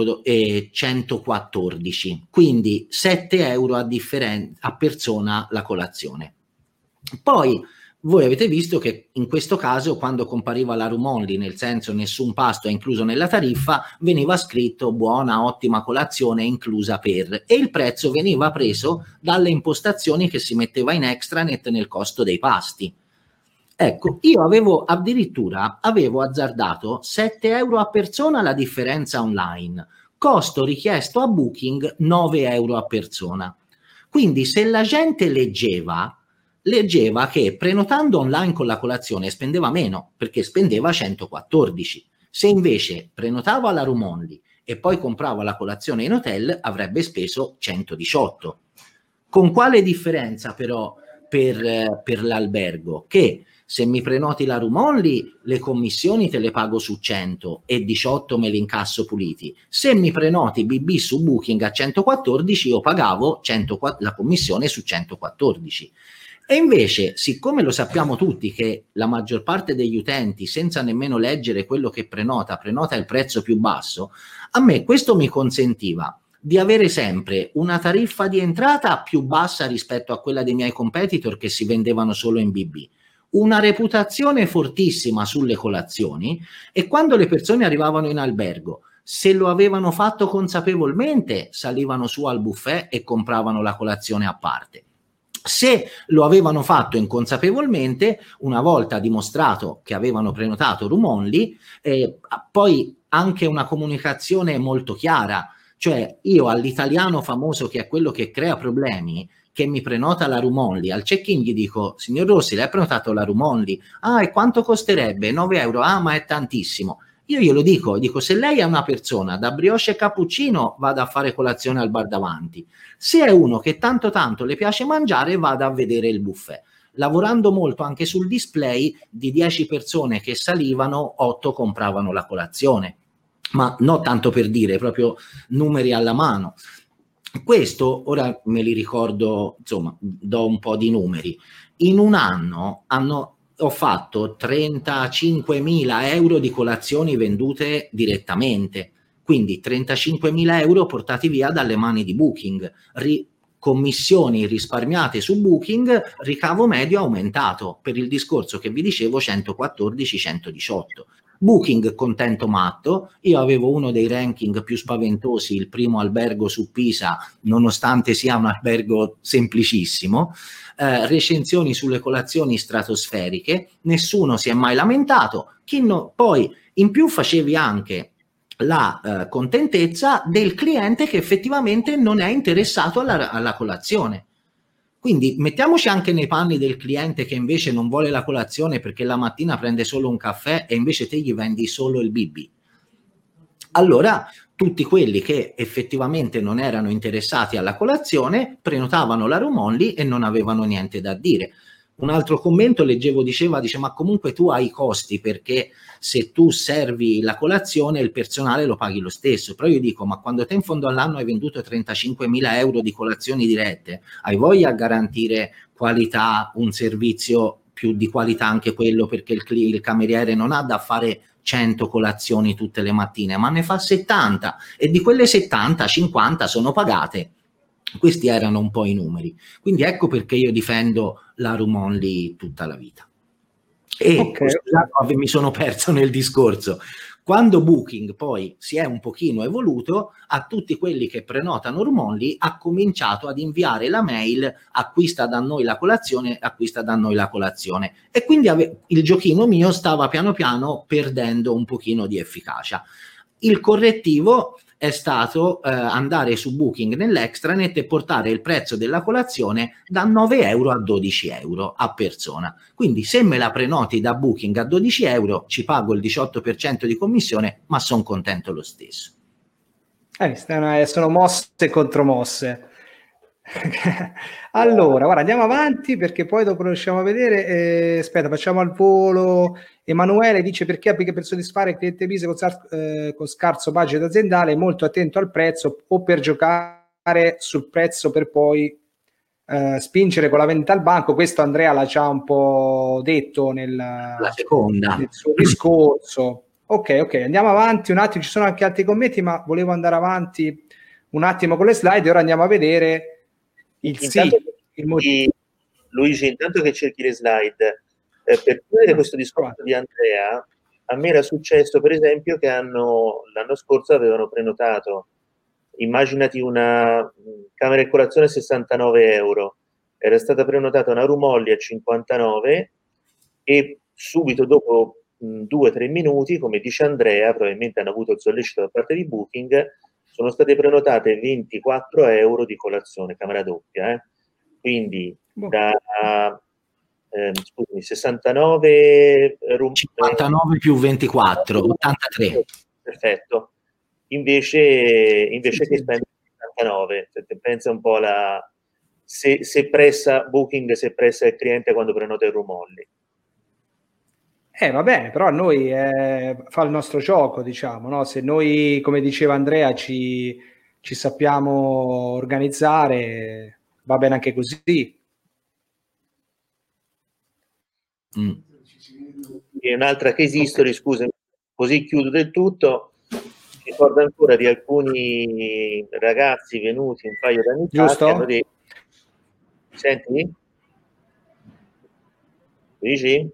114, quindi 7 euro a persona la colazione. Poi voi avete visto che in questo caso, quando compariva la room only, nel senso nessun pasto è incluso nella tariffa, veniva scritto buona, ottima colazione inclusa per, e il prezzo veniva preso dalle impostazioni che si metteva in extranet nel costo dei pasti. Ecco, io avevo azzardato 7 euro a persona la differenza online, costo richiesto a Booking 9 euro a persona. Quindi se la gente leggeva che prenotando online con la colazione spendeva meno, perché spendeva 114. Se invece prenotava la room only e poi comprava la colazione in hotel, avrebbe speso 118. Con quale differenza però per l'albergo? Che se mi prenoti la room only, le commissioni te le pago su 100 e 18 me li incasso puliti. Se mi prenoti BB su Booking a 114, io pagavo la commissione su 114. E invece, siccome lo sappiamo tutti che la maggior parte degli utenti, senza nemmeno leggere quello che prenota il prezzo più basso, a me questo mi consentiva di avere sempre una tariffa di entrata più bassa rispetto a quella dei miei competitor che si vendevano solo in BB, una reputazione fortissima sulle colazioni, e quando le persone arrivavano in albergo, se lo avevano fatto consapevolmente, salivano su al buffet e compravano la colazione a parte. Se lo avevano fatto inconsapevolmente, una volta dimostrato che avevano prenotato room only, poi anche una comunicazione molto chiara, cioè io all'italiano famoso, che è quello che crea problemi, che mi prenota la room only, al check-in gli dico: signor Rossi, lei ha prenotato la room only? Ah, e quanto costerebbe? 9 euro, ah, ma è tantissimo. Io glielo dico, se lei è una persona da brioche e cappuccino, vada a fare colazione al bar davanti. Se è uno che tanto le piace mangiare, vada a vedere il buffet. Lavorando molto anche sul display, di 10 persone che salivano, 8 compravano la colazione. Ma no, tanto per dire, proprio numeri alla mano. Questo, ora me li ricordo, insomma, do un po' di numeri. In un anno ho fatto 35.000 euro di colazioni vendute direttamente, quindi 35.000 euro portati via dalle mani di Booking, commissioni risparmiate su Booking, ricavo medio aumentato, per il discorso che vi dicevo 114-118. Booking contento matto, io avevo uno dei ranking più spaventosi, il primo albergo su Pisa, nonostante sia un albergo semplicissimo, recensioni sulle colazioni stratosferiche, nessuno si è mai lamentato, poi in più facevi anche la contentezza del cliente che effettivamente non è interessato alla colazione. Quindi mettiamoci anche nei panni del cliente che invece non vuole la colazione perché la mattina prende solo un caffè e invece te gli vendi solo il BB. Allora tutti quelli che effettivamente non erano interessati alla colazione prenotavano la room only e non avevano niente da dire. Un altro commento leggevo, dice ma comunque tu hai i costi perché se tu servi la colazione il personale lo paghi lo stesso, però io dico ma quando te in fondo all'anno hai venduto 35.000 euro di colazioni dirette, hai voglia a garantire qualità, un servizio più di qualità anche quello, perché il cameriere non ha da fare 100 colazioni tutte le mattine, ma ne fa 70 e di quelle 70, 50 sono pagate. Questi erano un po' i numeri, quindi ecco perché io difendo la room only tutta la vita. E scusate, mi sono perso nel discorso. Quando Booking poi si è un pochino evoluto, a tutti quelli che prenotano room only ha cominciato ad inviare la mail acquista da noi la colazione, acquista da noi la colazione, e quindi il giochino mio stava piano piano perdendo un pochino di efficacia. Il correttivo è stato andare su Booking nell'extranet e portare il prezzo della colazione da 9 euro a 12 euro a persona. Quindi se me la prenoti da Booking a 12 euro ci pago il 18% di commissione, ma sono contento lo stesso. Sono mosse e contromosse. Allora, guarda, andiamo avanti perché poi dopo riusciamo a vedere. Aspetta, facciamo al volo. Emanuele dice: perché per soddisfare il cliente Visa con scarso budget aziendale è molto attento al prezzo o per giocare sul prezzo per poi spingere con la vendita al banco. Questo Andrea l'ha già un po' detto nel suo discorso. Ok, andiamo avanti un attimo, ci sono anche altri commenti, ma volevo andare avanti un attimo con le slide e ora andiamo a vedere il Luigi, intanto che cerchi le slide, per chiudere questo discorso di Andrea, a me era successo per esempio che l'anno scorso avevano prenotato, immaginati una camera e colazione a 69 euro, era stata prenotata una room only a 59 e subito dopo 2-3 minuti, come dice Andrea, probabilmente hanno avuto il sollecito da parte di Booking, sono state prenotate 24 euro di colazione, camera doppia, quindi da 69 59 più 24, 83. Perfetto. Invece che spendere 79, pensa un po' se pressa Booking, se pressa il cliente quando prenota il room only. Va bene, però noi fa il nostro gioco, diciamo, no? Se noi, come diceva Andrea, ci sappiamo organizzare, va bene anche così. E un'altra case history, scusami, così chiudo del tutto. Ricordo ancora di alcuni ragazzi venuti un paio d'anni fa che hanno detto: senti? Luigi?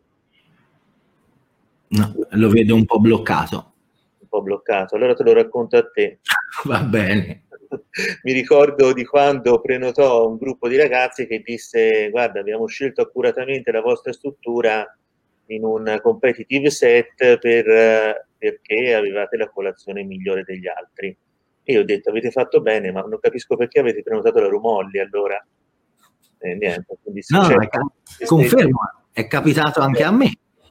No, lo vedo un po' bloccato. Un po' bloccato, allora te lo racconto a te. Va bene. Mi ricordo di quando prenotò un gruppo di ragazzi che disse: guarda, abbiamo scelto accuratamente la vostra struttura in un competitive set perché avevate la colazione migliore degli altri. E io ho detto: avete fatto bene, ma non capisco perché avete prenotato la room only allora. Niente, quindi confermo, è capitato anche a me.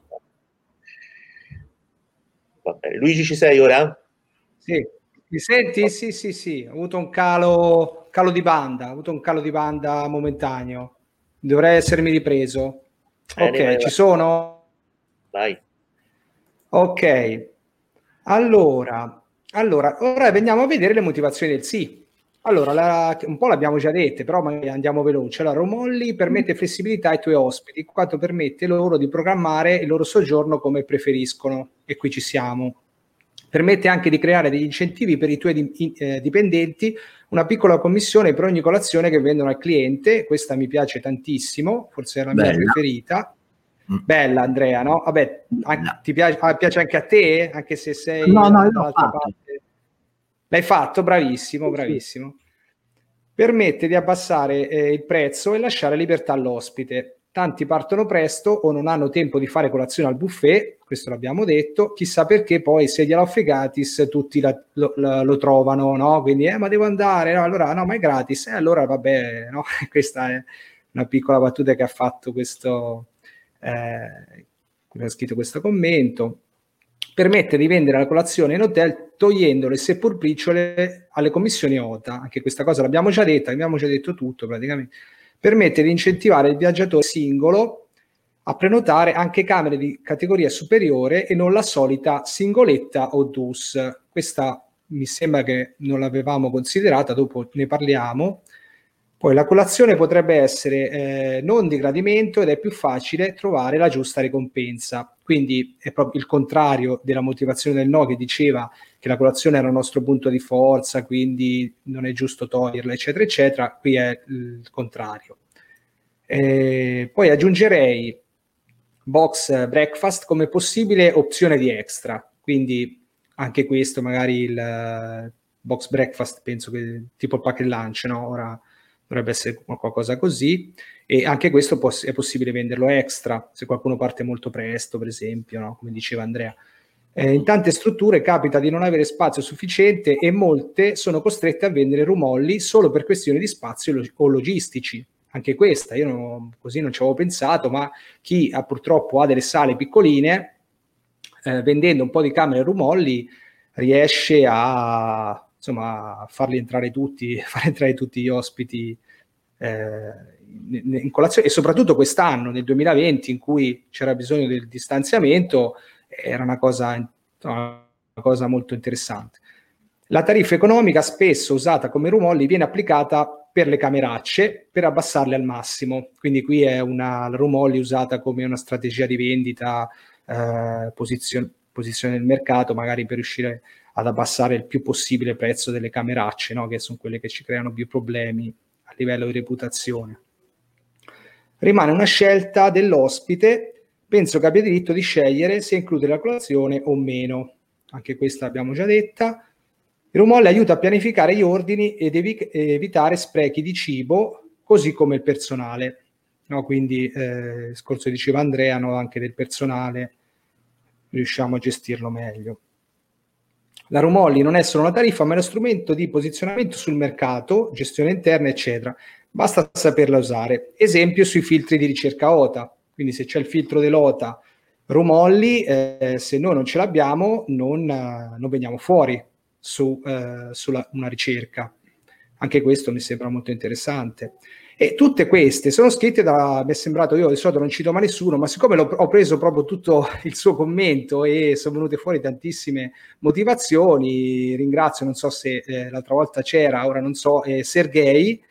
Va bene. Luigi, ci sei ora? Sì. Mi senti? Sì. Ho avuto un calo di banda, momentaneo. Dovrei essermi ripreso. Bene, vai. Ci sono? Vai. Ok. Allora, ora veniamo a vedere le motivazioni del sì. Allora, un po' l'abbiamo già dette, però andiamo veloce. Allora, room only permette flessibilità ai tuoi ospiti, in quanto permette loro di programmare il loro soggiorno come preferiscono. E qui ci siamo. Permette anche di creare degli incentivi per i tuoi dipendenti, una piccola commissione per ogni colazione che vendono al cliente. Questa mi piace tantissimo, forse è la mia preferita. Bella Andrea, no? Vabbè, ti piace anche a te? Anche se sei no, dall'altra parte. L'hai fatto? Bravissimo, bravissimo. Sì. Permette di abbassare il prezzo e lasciare libertà all'ospite. Tanti partono presto o non hanno tempo di fare colazione al buffet, questo l'abbiamo detto, chissà perché poi se gliela offri gratis tutti lo trovano, no? Quindi, ma devo andare, no? Allora, no, ma è gratis, allora vabbè, no? Questa è una piccola battuta che ha fatto questo, ha scritto questo commento. Permette di vendere la colazione in hotel togliendo le seppur briciole alle commissioni OTA. Anche questa cosa l'abbiamo già detta, abbiamo già detto tutto praticamente. Permette di incentivare il viaggiatore singolo a prenotare anche camere di categoria superiore e non la solita singoletta o dus. Questa mi sembra che non l'avevamo considerata, dopo ne parliamo. Poi la colazione potrebbe essere non di gradimento ed è più facile trovare la giusta ricompensa. Quindi è proprio il contrario della motivazione del no, che diceva che la colazione era il nostro punto di forza, quindi non è giusto toglierla, eccetera, eccetera. Qui è il contrario. Poi aggiungerei box breakfast come possibile opzione di extra. Quindi anche questo, magari il box breakfast, penso che tipo il pack lunch, no? Ora dovrebbe essere qualcosa così, e anche questo è possibile venderlo extra se qualcuno parte molto presto, per esempio, no? Come diceva Andrea. In tante strutture capita di non avere spazio sufficiente e molte sono costrette a vendere rumolli solo per questioni di spazio o logistici. Anche questa, così non ci avevo pensato, ma chi purtroppo ha delle sale piccoline, vendendo un po' di camere rumolli, riesce a farli entrare tutti, far entrare tutti gli ospiti in colazione, e soprattutto quest'anno, nel 2020, in cui c'era bisogno del distanziamento, era una cosa molto interessante. La tariffa economica, spesso usata come rumolli, viene applicata per le cameracce per abbassarle al massimo. Quindi qui è una rumolli usata come una strategia di vendita, posizione nel mercato, magari per riuscire ad abbassare il più possibile il prezzo delle cameracce, no? Che sono quelle che ci creano più problemi a livello di reputazione. Rimane una scelta dell'ospite. Penso che abbia diritto di scegliere se includere la colazione o meno. Anche questa l'abbiamo già detta. Il rumolli aiuta a pianificare gli ordini ed evitare sprechi di cibo, così come il personale. No? Quindi, il discorso diceva Andrea, no? Anche del personale riusciamo a gestirlo meglio. La rumolli non è solo una tariffa, ma è uno strumento di posizionamento sul mercato, gestione interna, eccetera. Basta saperla usare. Esempio sui filtri di ricerca OTA. Quindi se c'è il filtro dell'OTA rumolli, se noi non ce l'abbiamo, non veniamo fuori sulla una ricerca. Anche questo mi sembra molto interessante. E tutte queste sono scritte mi è sembrato, io di solito non cito mai nessuno, ma siccome ho preso proprio tutto il suo commento e sono venute fuori tantissime motivazioni, ringrazio, non so se l'altra volta c'era, ora non so, Sergei,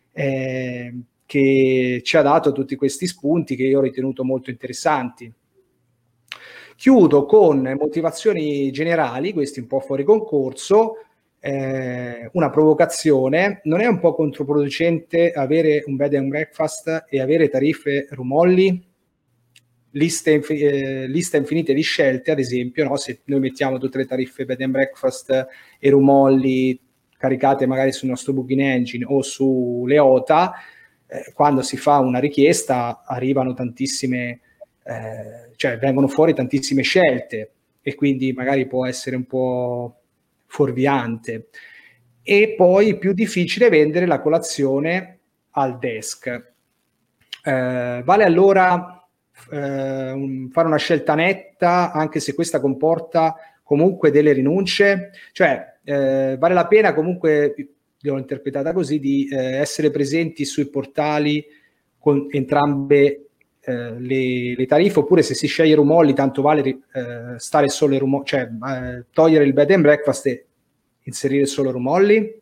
che ci ha dato tutti questi spunti che io ho ritenuto molto interessanti. Chiudo con motivazioni generali, questi un po' fuori concorso. Una provocazione: non è un po' controproducente avere un bed and breakfast e avere tariffe rumolli? Liste infinite di scelte, ad esempio, no? Se noi mettiamo tutte le tariffe bed and breakfast e rumolli caricate magari sul nostro booking engine o sulle OTA, quando si fa una richiesta arrivano tantissime, cioè vengono fuori tantissime scelte, e quindi magari può essere un po' fuorviante. E poi più difficile vendere la colazione al desk. Vale allora fare una scelta netta, anche se questa comporta comunque delle rinunce? Cioè, vale la pena comunque, l'ho interpretata così, di essere presenti sui portali con entrambe le tariffe, oppure se si sceglie rumolli tanto vale stare solo i rumolli, cioè togliere il bed and breakfast e inserire solo rumolli?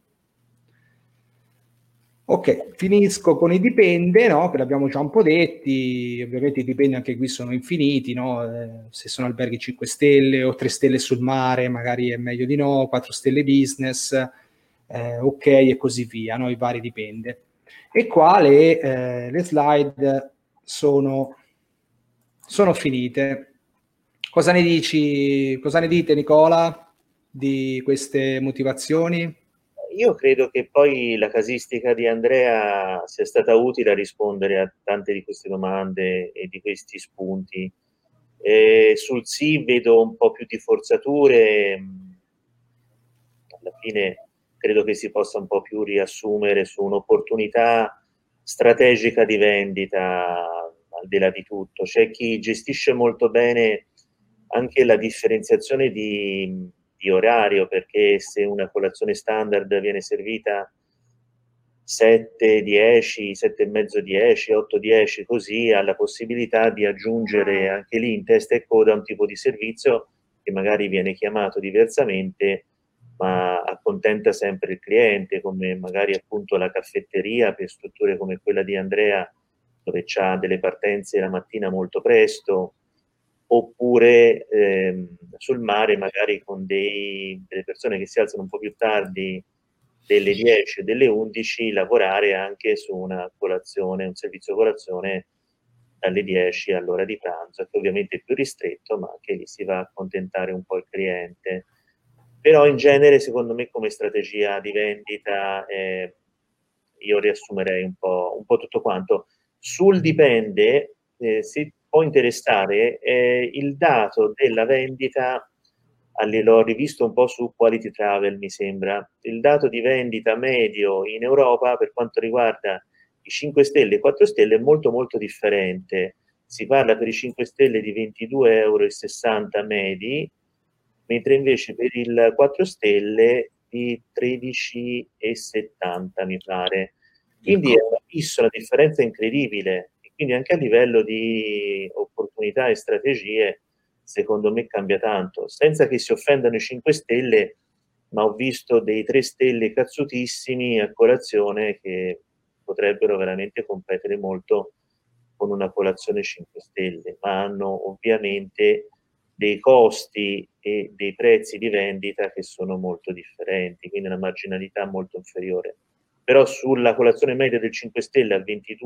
Ok, finisco con i dipende, no? Che l'abbiamo già un po' detti. Ovviamente i dipende anche qui sono infiniti, no? Se sono alberghi 5 stelle o 3 stelle sul mare, magari è meglio di no, 4 stelle business, ok, e così via, no? I vari dipende. E qua le slide sono sono finite. Cosa ne dici? Cosa ne dite, Nicola, di queste motivazioni? Io credo che poi la casistica di Andrea sia stata utile a rispondere a tante di queste domande e di questi spunti. Sul sì vedo un po' più di forzature, alla fine credo che si possa un po' più riassumere su un'opportunità strategica di vendita, al di là di tutto. C'è chi gestisce molto bene anche la differenziazione di orario, perché se una colazione standard viene servita 7, 10, 7 e mezzo, 10, 8, 10, così ha la possibilità di aggiungere anche lì in testa e coda un tipo di servizio che magari viene chiamato diversamente, ma accontenta sempre il cliente, come magari appunto la caffetteria per strutture come quella di Andrea, dove c'ha delle partenze la mattina molto presto, oppure sul mare magari con delle persone che si alzano un po' più tardi, delle 10 e delle 11, lavorare anche su una colazione, un servizio colazione dalle 10 all'ora di pranzo, che ovviamente è più ristretto, ma anche lì si va a accontentare un po' il cliente. Però in genere, secondo me, come strategia di vendita, io riassumerei un po' tutto quanto. Sul dipende, si può interessare il dato della vendita, l'ho rivisto un po' su Quality Travel, mi sembra. Il dato di vendita medio in Europa per quanto riguarda i 5 stelle e 4 stelle è molto molto differente. Si parla per i 5 stelle di 22,60 € medi, mentre invece per il 4 stelle di 13,70 mi pare. Quindi è una differenza incredibile, e quindi anche a livello di opportunità e strategie secondo me cambia tanto, senza che si offendano i 5 stelle, ma ho visto dei 3 stelle cazzutissimi a colazione che potrebbero veramente competere molto con una colazione 5 stelle, ma hanno ovviamente dei costi e dei prezzi di vendita che sono molto differenti, quindi una marginalità molto inferiore. Però sulla colazione media del 5 stelle a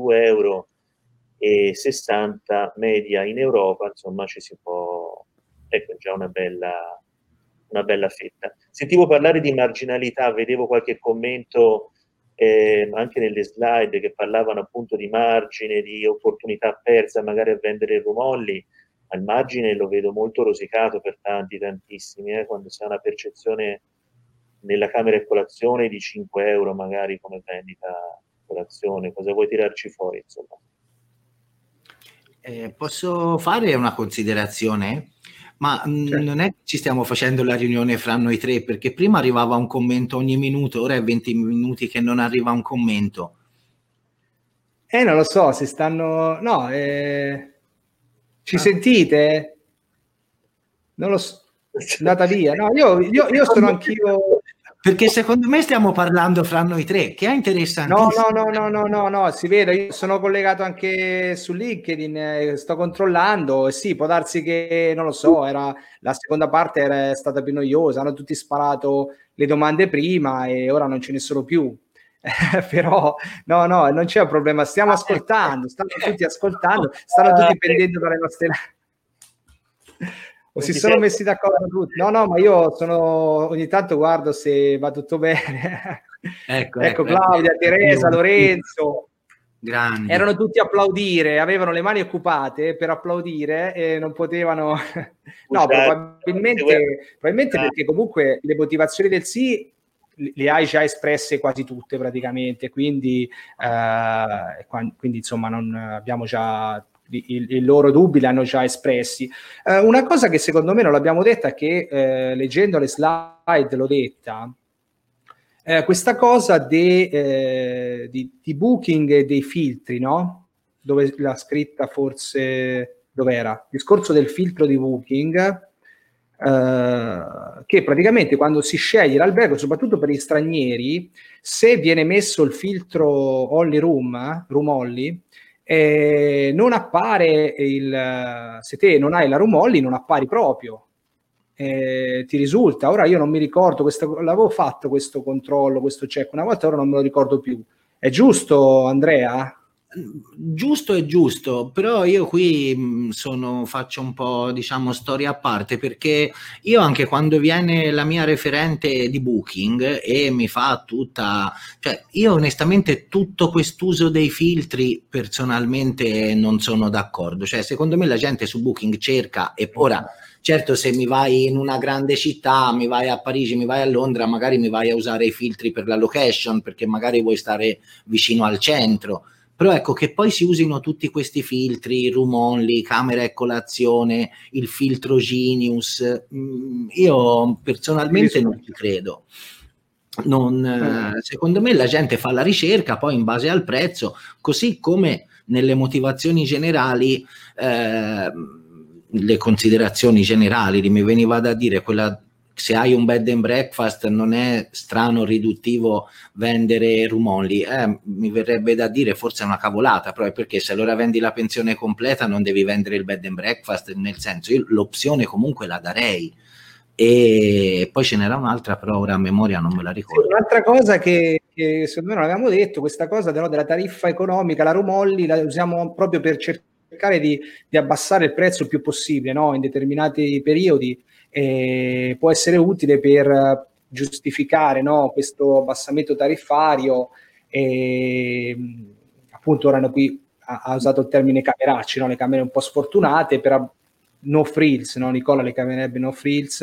22,60 € media in Europa, insomma ci si può, ecco, già una bella fetta. Sentivo parlare di marginalità, vedevo qualche commento anche nelle slide che parlavano appunto di margine, di opportunità persa magari a vendere il Rumolli. Al margine lo vedo molto rosicato per tantissimi, quando si ha una percezione nella camera e colazione di 5 € magari come vendita colazione. Cosa vuoi tirarci fuori, insomma? Posso fare una considerazione? Ma certo, non è che ci stiamo facendo la riunione fra noi tre, perché prima arrivava un commento ogni minuto, ora è 20 minuti che non arriva un commento. Non lo so, si stanno... No, ci sentite? Non lo so, è andata via. No, io sono anch'io... Perché secondo me stiamo parlando fra noi tre, che è interessantissimo. No, si vede, io sono collegato anche su LinkedIn, sto controllando, e sì, può darsi che, non lo so, la seconda parte era stata più noiosa, hanno tutti sparato le domande prima e ora non ce ne sono più. Però no, non c'è un problema, stiamo ascoltando, stanno tutti ascoltando, stanno tutti pendendo dalle nostre... O si sono messi d'accordo tutti? No, ma io ogni tanto guardo se va tutto bene. Ecco Claudia, Teresa, Lorenzo. Grandi. Erano tutti a applaudire, avevano le mani occupate per applaudire e non potevano... No, probabilmente perché comunque le motivazioni del sì le hai già espresse quasi tutte praticamente, quindi insomma non abbiamo già... I loro dubbi li hanno già espressi. Una cosa che secondo me non l'abbiamo detta, che leggendo le slide l'ho detta, questa cosa di Booking e dei filtri, no? Dove l'ha scritta forse... Dov'era? Il discorso del filtro di Booking, che praticamente quando si sceglie l'albergo, soprattutto per gli stranieri, se viene messo il filtro only room only, non appare se te non hai la room only non appari proprio, ti risulta. Ora io non mi ricordo, l'avevo fatto questo controllo, questo check una volta, ora non me lo ricordo più. È giusto, Andrea? Giusto è giusto, però io qui faccio un po', diciamo, storia a parte, perché io anche quando viene la mia referente di Booking e mi fa tutta, cioè io onestamente tutto quest'uso dei filtri personalmente non sono d'accordo, cioè secondo me la gente su Booking cerca, e ora certo se mi vai in una grande città, mi vai a Parigi, mi vai a Londra, magari mi vai a usare i filtri per la location, perché magari vuoi stare vicino al centro. Però ecco che poi si usino tutti questi filtri, room only, camera e colazione, il filtro Genius, io personalmente non ci credo. Secondo me la gente fa la ricerca poi in base al prezzo, così come nelle motivazioni generali, le considerazioni generali, mi veniva da dire quella: se hai un bed and breakfast non è strano, riduttivo vendere room only. Mi verrebbe da dire forse è una cavolata, però è perché se allora vendi la pensione completa non devi vendere il bed and breakfast, nel senso io l'opzione comunque la darei. E poi ce n'era un'altra, però ora a memoria non me la ricordo. Sì, un'altra cosa che secondo me non avevamo detto, questa cosa della tariffa economica, la room only la usiamo proprio per cercare di abbassare il prezzo il più possibile, no? In determinati periodi. Può essere utile per giustificare, no, questo abbassamento tariffario. Appunto ora qui ha usato il termine cameracci, no? Le camere un po' sfortunate, per no frills, no? Nicola le chiamerebbe no frills.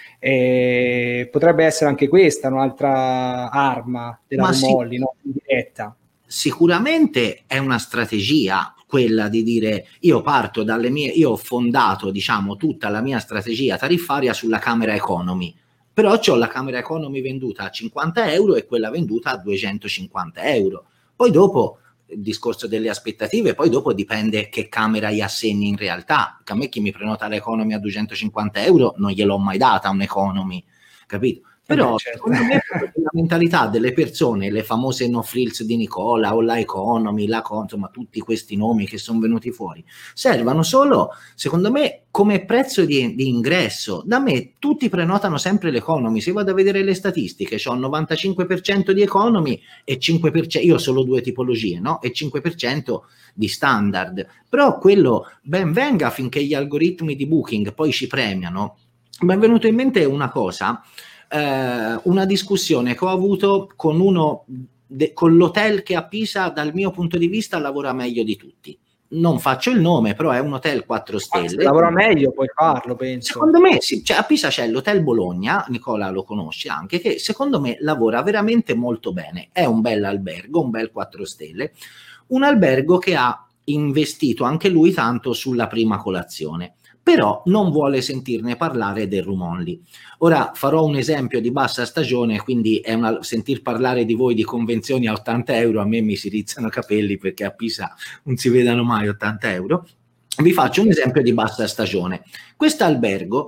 Potrebbe essere anche questa un'altra arma della room only, no? Diretta. Sicuramente è una strategia quella di dire: io parto dalle mie, io ho fondato, diciamo, tutta la mia strategia tariffaria sulla camera economy, però ho la camera economy venduta a 50 euro e quella venduta a 250 euro. Poi dopo il discorso delle aspettative, poi dopo dipende che camera gli assegni in realtà. A me chi mi prenota l'economy a 250 euro non gliel'ho mai data un economy, capito? Però secondo me la mentalità delle persone, le famose no frills di Nicola o la economy, insomma tutti questi nomi che sono venuti fuori, servono solo, secondo me, come prezzo di ingresso. Da me tutti prenotano sempre l'economy. Se vado a vedere le statistiche, c'ho il 95% di economy e 5%, io ho solo due tipologie, no? E 5% di standard. Però quello ben venga finché gli algoritmi di Booking poi ci premiano. Mi è venuto in mente una cosa, una discussione che ho avuto con con l'hotel che a Pisa dal mio punto di vista lavora meglio di tutti. Non faccio il nome, però è un hotel 4 stelle. Se lavora meglio puoi farlo, penso. Secondo me sì, cioè a Pisa c'è l'hotel Bologna, Nicola lo conosci anche, che secondo me lavora veramente molto bene. È un bel albergo, un bel 4 stelle, un albergo che ha investito anche lui tanto sulla prima colazione, però non vuole sentirne parlare del room only. Ora farò un esempio di bassa stagione, quindi è sentir parlare di voi di convenzioni a 80 euro, a me mi si rizzano i capelli perché a Pisa non si vedano mai 80 euro. Vi faccio un esempio di bassa stagione. Questo albergo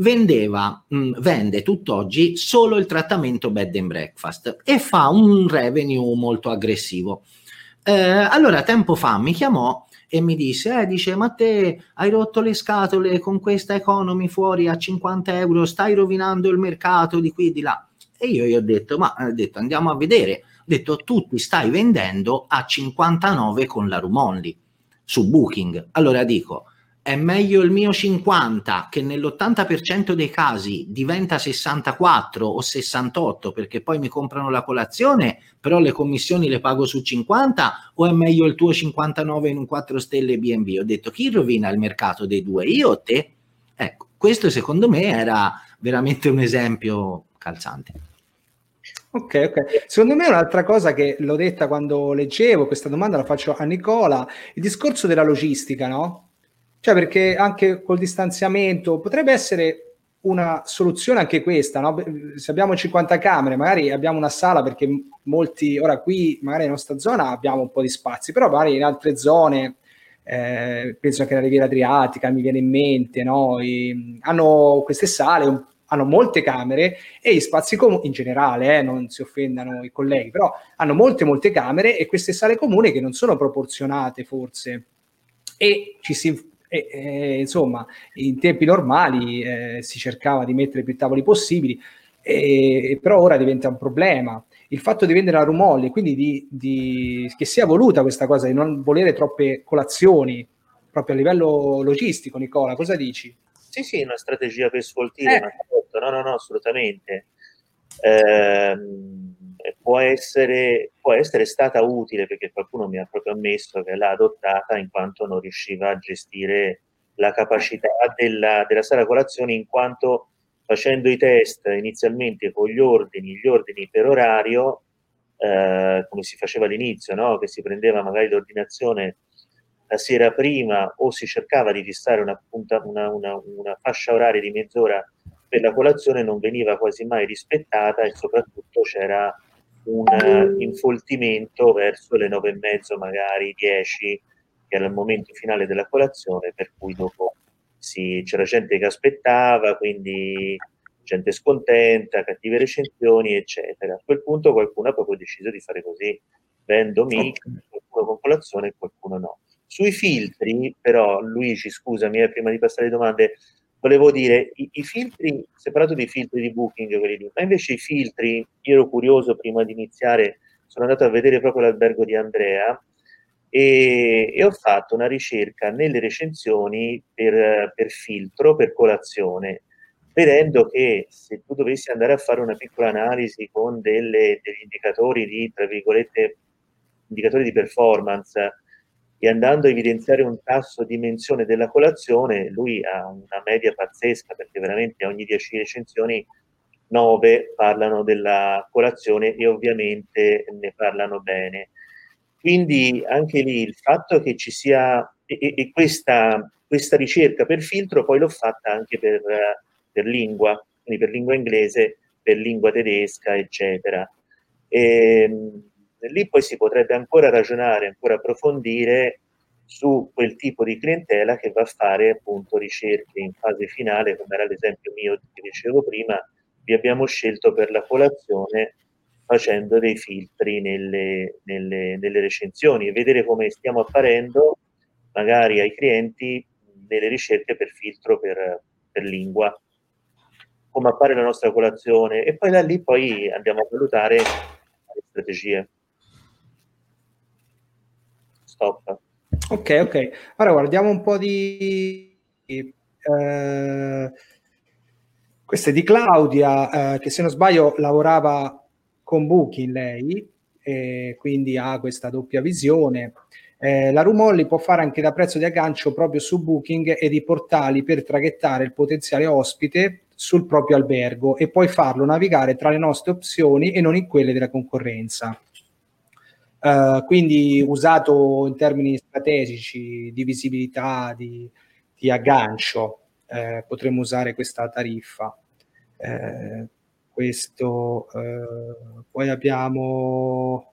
vende tutt'oggi solo il trattamento bed and breakfast e fa un revenue molto aggressivo. Allora tempo fa mi chiamò e mi dice: ma te hai rotto le scatole con questa economy fuori a 50 euro, stai rovinando il mercato di qui e di là. E io gli ho detto: andiamo a vedere. Ho detto: tu ti stai vendendo a 59 con la room only su Booking. Allora dico: è meglio il mio 50 che nell'80% dei casi diventa 64 o 68 perché poi mi comprano la colazione, però le commissioni le pago su 50, o è meglio il tuo 59 in un 4 stelle B&B? Ho detto: chi rovina il mercato dei due, io o te? Ecco, questo secondo me era veramente un esempio calzante. Ok. Secondo me un'altra cosa che l'ho detta quando leggevo, questa domanda la faccio a Nicola, il discorso della logistica, no? Cioè, perché anche col distanziamento potrebbe essere una soluzione anche questa, no? Se abbiamo 50 camere, magari abbiamo una sala, perché molti, ora qui magari nella nostra zona abbiamo un po' di spazi, però magari in altre zone, penso anche alla Riviera Adriatica, mi viene in mente, no? Hanno queste sale, hanno molte camere e gli spazi comuni, in generale, non si offendano i colleghi, però hanno molte camere e queste sale comuni che non sono proporzionate forse. E insomma, in tempi normali si cercava di mettere più tavoli possibili. Però ora diventa un problema. Il fatto di vendere la Rumolli, quindi che sia voluta questa cosa di non volere troppe colazioni, proprio a livello logistico, Nicola, cosa dici? Sì, una strategia per sfoltire, ma no, assolutamente. Può essere stata utile, perché qualcuno mi ha proprio ammesso che l'ha adottata in quanto non riusciva a gestire la capacità della sala colazioni, in quanto facendo i test inizialmente con gli ordini per orario, come si faceva all'inizio, no? Che si prendeva magari l'ordinazione la sera prima o si cercava di fissare una fascia oraria di mezz'ora per la colazione, non veniva quasi mai rispettata e soprattutto c'era un infoltimento verso le 9:30, magari 10, che era il momento finale della colazione, per cui dopo c'era gente che aspettava, quindi gente scontenta, cattive recensioni, eccetera. A quel punto qualcuno ha proprio deciso di fare così: vendo mix, qualcuno con colazione e qualcuno no. Sui filtri, però, Luigi, scusami, prima di passare alle domande, volevo dire, i filtri, separato dei filtri di Booking, quelli lì, ma invece i filtri, io ero curioso prima di iniziare, sono andato a vedere proprio l'albergo di Andrea e ho fatto una ricerca nelle recensioni per filtro, per colazione, vedendo che se tu dovessi andare a fare una piccola analisi con degli indicatori di, tra virgolette, indicatori di performance, e andando a evidenziare un tasso di menzione della colazione, lui ha una media pazzesca, perché veramente ogni 10 recensioni 9 parlano della colazione e ovviamente ne parlano bene. Quindi anche lì il fatto che ci sia e questa ricerca per filtro poi l'ho fatta anche per lingua, quindi per lingua inglese, per lingua tedesca, eccetera. Lì poi si potrebbe ancora ragionare, ancora approfondire su quel tipo di clientela che va a fare appunto ricerche in fase finale, come era l'esempio mio che dicevo prima. Vi abbiamo scelto per la colazione facendo dei filtri nelle recensioni e vedere come stiamo apparendo magari ai clienti nelle ricerche per filtro per lingua, come appare la nostra colazione, e poi da lì poi andiamo a valutare le strategie. Stop. Ok. Ora guardiamo un po' questa è di Claudia, che se non sbaglio lavorava con Booking lei, quindi ha questa doppia visione. La Rumolli può fare anche da prezzo di aggancio proprio su Booking e di portali per traghettare il potenziale ospite sul proprio albergo e poi farlo navigare tra le nostre opzioni e non in quelle della concorrenza. Quindi usato in termini strategici di visibilità, di aggancio, potremmo usare questa tariffa. Poi abbiamo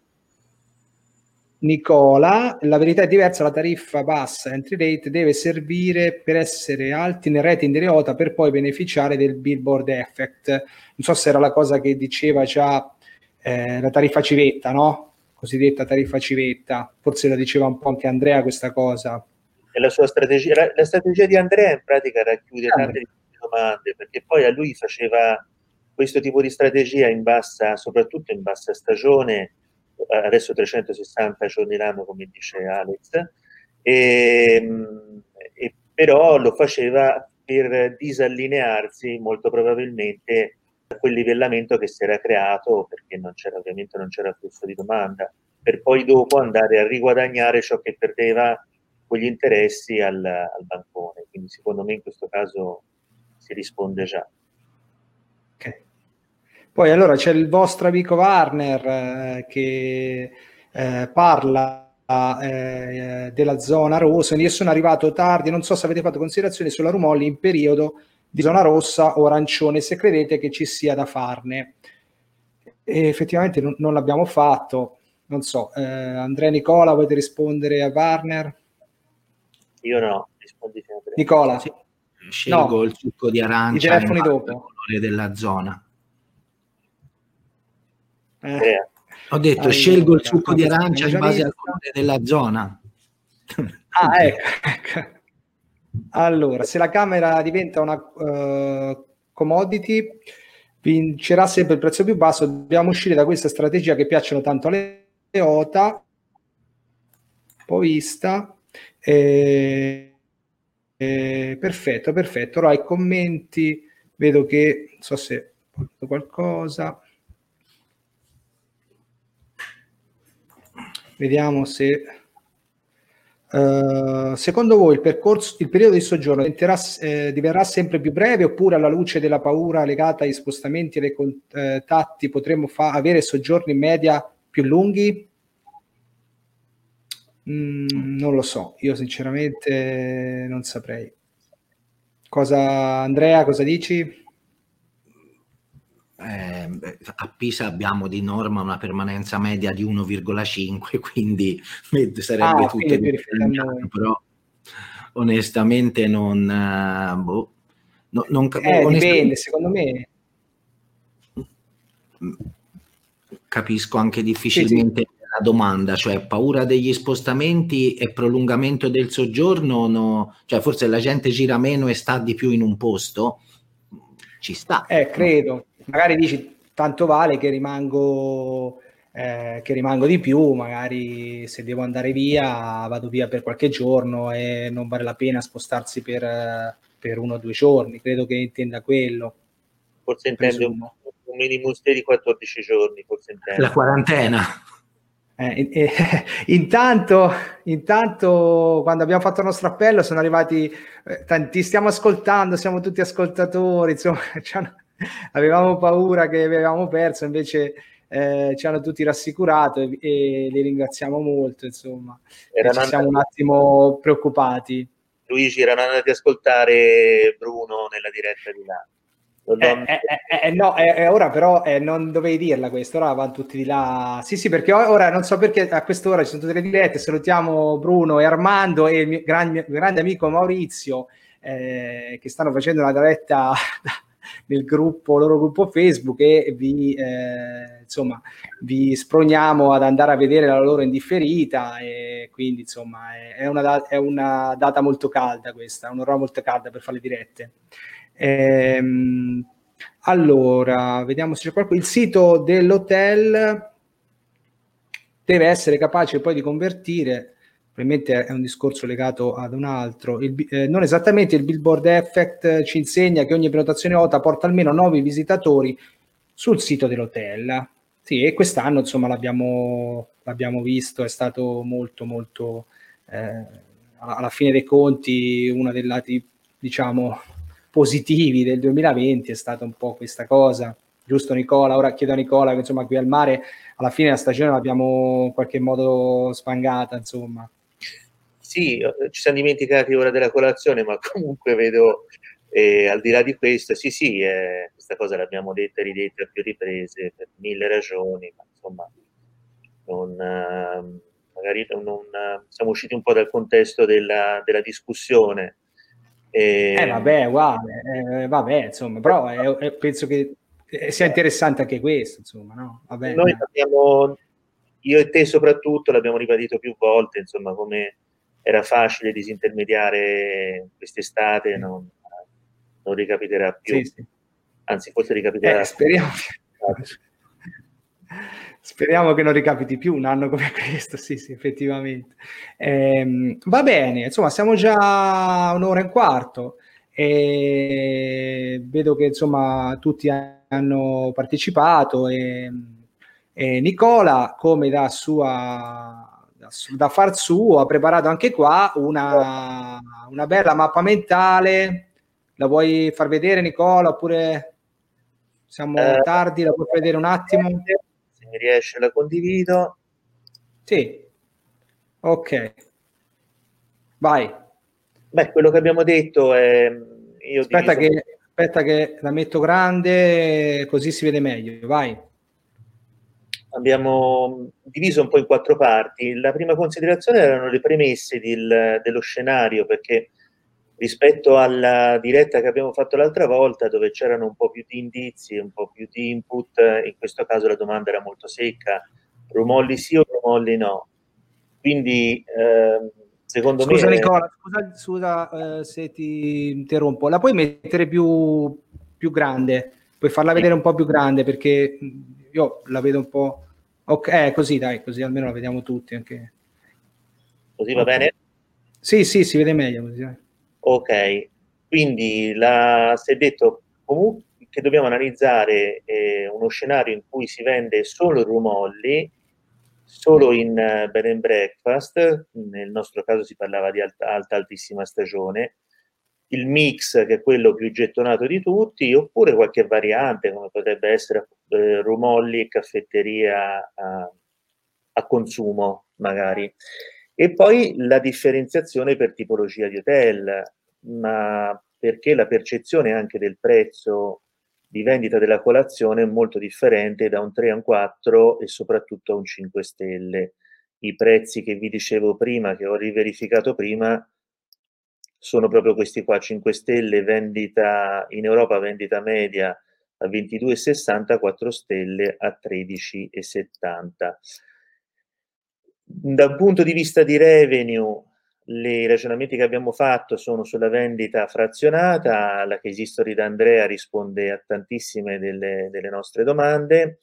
Nicola. La verità è diversa: la tariffa bassa entry rate deve servire per essere alti nel rating delle OTA per poi beneficiare del billboard effect. Non so se era la cosa che diceva già la tariffa civetta, no? Cosiddetta tariffa civetta, forse la diceva un po' anche Andrea questa cosa. E la sua strategia, la strategia di Andrea in pratica racchiude tante domande, perché poi a lui faceva questo tipo di strategia soprattutto in bassa stagione, adesso 360 giorni l'anno come dice Alex, e però lo faceva per disallinearsi molto probabilmente da quel livellamento che si era creato, perché ovviamente non c'era flusso di domanda, per poi dopo andare a riguadagnare ciò che perdeva con gli interessi al bancone. Quindi secondo me in questo caso si risponde già. Ok. Poi allora c'è il vostro amico Warner che parla della zona rossa. Io sono arrivato tardi, non so se avete fatto considerazioni sulla Rumolli in periodo di zona rossa o arancione, se credete che ci sia da farne. E effettivamente non l'abbiamo fatto, non so. Andrea, Nicola, volete rispondere a Warner? Io no, rispondi sempre. Nicola? Sì. Scelgo il succo di arancia i telefoni dopo. Il colore della zona. Ho detto allora, scelgo il succo di arancia in base al colore della zona. Ecco. Allora, se la camera diventa una commodity, vincerà sempre il prezzo più basso, dobbiamo uscire da questa strategia che piacciono tanto alle OTA, poi vista, perfetto, allora i commenti, vedo che, non so se ho detto qualcosa, vediamo se... secondo voi il periodo di soggiorno diverrà sempre più breve, oppure alla luce della paura legata agli spostamenti e ai contatti potremmo avere soggiorni in media più lunghi? Non lo so, io sinceramente non saprei. Andrea, cosa dici? A Pisa abbiamo di norma una permanenza media di 1,5, quindi sarebbe tutto determinato, però onestamente non dipende, secondo me capisco anche difficilmente la domanda, cioè paura degli spostamenti e prolungamento del soggiorno, no? Cioè forse la gente gira meno e sta di più in un posto, ci sta. Credo, magari dici tanto vale che rimango di più, magari se devo andare via vado via per qualche giorno e non vale la pena spostarsi per 1 o 2 giorni, credo che intenda quello. Forse intende un minimo stay di 14 giorni, forse intende. La quarantena. Intanto quando abbiamo fatto il nostro appello sono arrivati ti stiamo ascoltando, siamo tutti ascoltatori, insomma avevamo paura che avevamo perso, invece ci hanno tutti rassicurato e li ringraziamo molto, insomma, ci siamo un attimo preoccupati. Luigi, erano andati ad ascoltare Bruno nella diretta di là. Ora però non dovevi dirla questa, ora vanno tutti di là. Sì, perché ora non so perché a quest'ora ci sono tutte le dirette, salutiamo Bruno e Armando e il mio grande amico Maurizio che stanno facendo una diretta nel loro gruppo Facebook e vi sproniamo ad andare a vedere la loro indifferita e quindi insomma è una data molto calda questa, un'ora molto calda per fare le dirette. Allora, vediamo se c'è qualcuno. Il sito dell'hotel deve essere capace poi di convertire, probabilmente è un discorso legato ad un altro, non esattamente. Il Billboard Effect ci insegna che ogni prenotazione OTA porta almeno 9 visitatori sul sito dell'hotel. Sì, e quest'anno insomma l'abbiamo visto, è stato molto molto alla fine dei conti uno dei lati diciamo positivi del 2020 è stata un po' questa cosa, giusto Nicola? Ora chiedo a Nicola che insomma qui al mare alla fine la stagione l'abbiamo in qualche modo spangata, insomma. Sì, ci siamo dimenticati ora della colazione, ma comunque vedo al di là di questo, sì, questa cosa l'abbiamo detta e ridetta a più riprese per 1000 ragioni, ma insomma magari non siamo usciti un po' dal contesto della discussione. Vabbè, uguale, vabbè, insomma, però penso che sia interessante anche questo, insomma, no? Va bene. Noi io e te soprattutto l'abbiamo ribadito più volte, insomma, come era facile disintermediare quest'estate, non ricapiterà più. Sì. Anzi, forse ricapiterà. Speriamo che non ricapiti più un anno come questo, sì, effettivamente. Va bene, insomma, siamo già 1 ora e 1/4 e vedo che insomma tutti hanno partecipato e Nicola, come da far suo, ha preparato anche qua una bella mappa mentale. La vuoi far vedere, Nicola, oppure siamo tardi? La puoi vedere un attimo? Se mi riesce la condivido. Sì, ok, vai. Beh, quello che abbiamo detto è... Aspetta che la metto grande così si vede meglio, vai. Abbiamo diviso un po' in 4 parti. La prima considerazione erano le premesse dello scenario, perché rispetto alla diretta che abbiamo fatto l'altra volta, dove c'erano un po' più di indizi, un po' più di input, in questo caso la domanda era molto secca, rumolli sì o rumolli no. Quindi, secondo me... Scusa Nicola, scusa se ti interrompo, la puoi mettere più grande? Puoi farla vedere un po' più grande, perché io la vedo un po'... Ok, così dai, così almeno la vediamo tutti anche. Così va bene? Sì, si vede meglio così. Ok, quindi si è detto comunque che dobbiamo analizzare uno scenario in cui si vende solo rumolli, solo in bed and breakfast, nel nostro caso si parlava di alta altissima stagione, il mix che è quello più gettonato di tutti, oppure qualche variante come potrebbe essere rumolli e caffetteria a consumo magari. E poi la differenziazione per tipologia di hotel, ma perché la percezione anche del prezzo di vendita della colazione è molto differente da un 3 a un 4 e soprattutto a un 5 stelle. I prezzi che vi dicevo prima, che ho riverificato prima, sono proprio questi qua: 5 stelle vendita in Europa, vendita media a 22,60, 4 stelle a 13,70. Da un punto di vista di revenue, i ragionamenti che abbiamo fatto sono sulla vendita frazionata. La case history da Andrea risponde a tantissime delle nostre domande,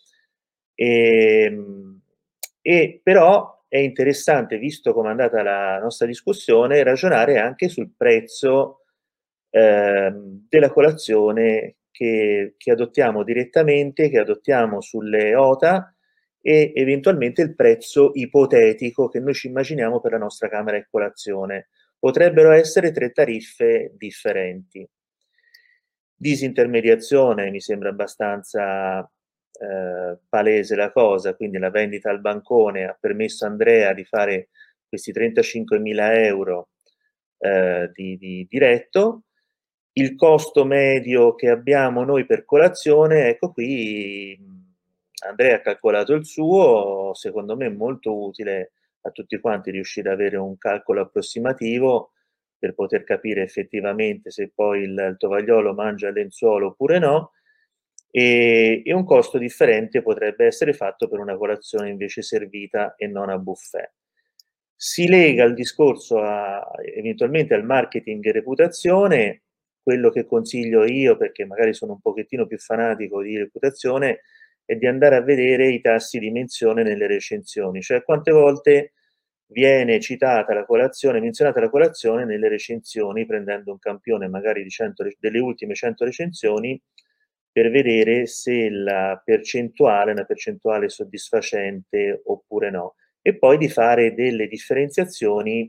e però è interessante, visto come è andata la nostra discussione, ragionare anche sul prezzo della colazione che adottiamo direttamente, che adottiamo sulle OTA, e eventualmente il prezzo ipotetico che noi ci immaginiamo per la nostra camera e colazione. Potrebbero essere 3 tariffe differenti. Disintermediazione, mi sembra abbastanza palese la cosa, quindi la vendita al bancone ha permesso a Andrea di fare questi 35.000 euro di diretto. Il costo medio che abbiamo noi per colazione, ecco qui Andrea ha calcolato il suo, secondo me è molto utile a tutti quanti riuscire ad avere un calcolo approssimativo per poter capire effettivamente se poi il tovagliolo mangia il lenzuolo oppure no, e un costo differente potrebbe essere fatto per una colazione invece servita e non a buffet. Si lega il discorso eventualmente al marketing e reputazione. Quello che consiglio io, perché magari sono un pochettino più fanatico di reputazione, è di andare a vedere i tassi di menzione nelle recensioni, cioè quante volte viene citata la colazione, menzionata la colazione nelle recensioni, prendendo un campione magari di 100, delle ultime 100 recensioni, per vedere se la percentuale è una percentuale soddisfacente oppure no, e poi di fare delle differenziazioni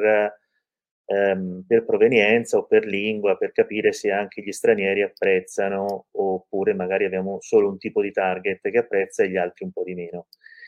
per provenienza o per lingua, per capire se anche gli stranieri apprezzano, oppure magari abbiamo solo un tipo di target che apprezza e gli altri un po' di meno.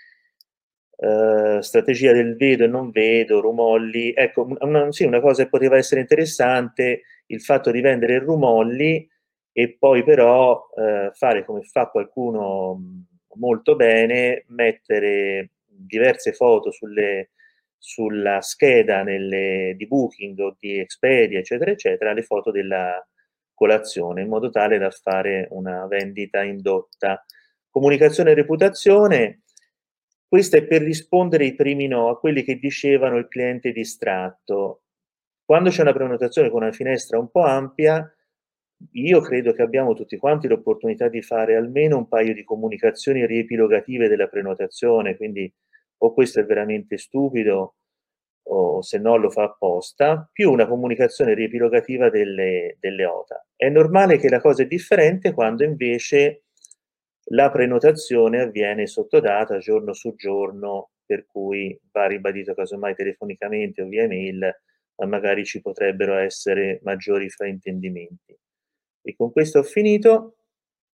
Strategia del vedo e non vedo, rumolli. Ecco, sì, una cosa che poteva essere interessante, il fatto di vendere rumolli e poi però fare come fa qualcuno molto bene, mettere diverse foto sulla scheda di Booking o di Expedia, eccetera, eccetera, le foto della colazione, in modo tale da fare una vendita indotta. Comunicazione e reputazione. Questo è per rispondere ai primi no, a quelli che dicevano il cliente distratto. Quando c'è una prenotazione con una finestra un po' ampia, io credo che abbiamo tutti quanti l'opportunità di fare almeno un paio di comunicazioni riepilogative della prenotazione, quindi o questo è veramente stupido o se no lo fa apposta, più una comunicazione riepilogativa delle OTA. È normale che la cosa è differente quando invece la prenotazione avviene sotto data, giorno su giorno, per cui va ribadito casomai telefonicamente o via email, ma magari ci potrebbero essere maggiori fraintendimenti. E con questo ho finito.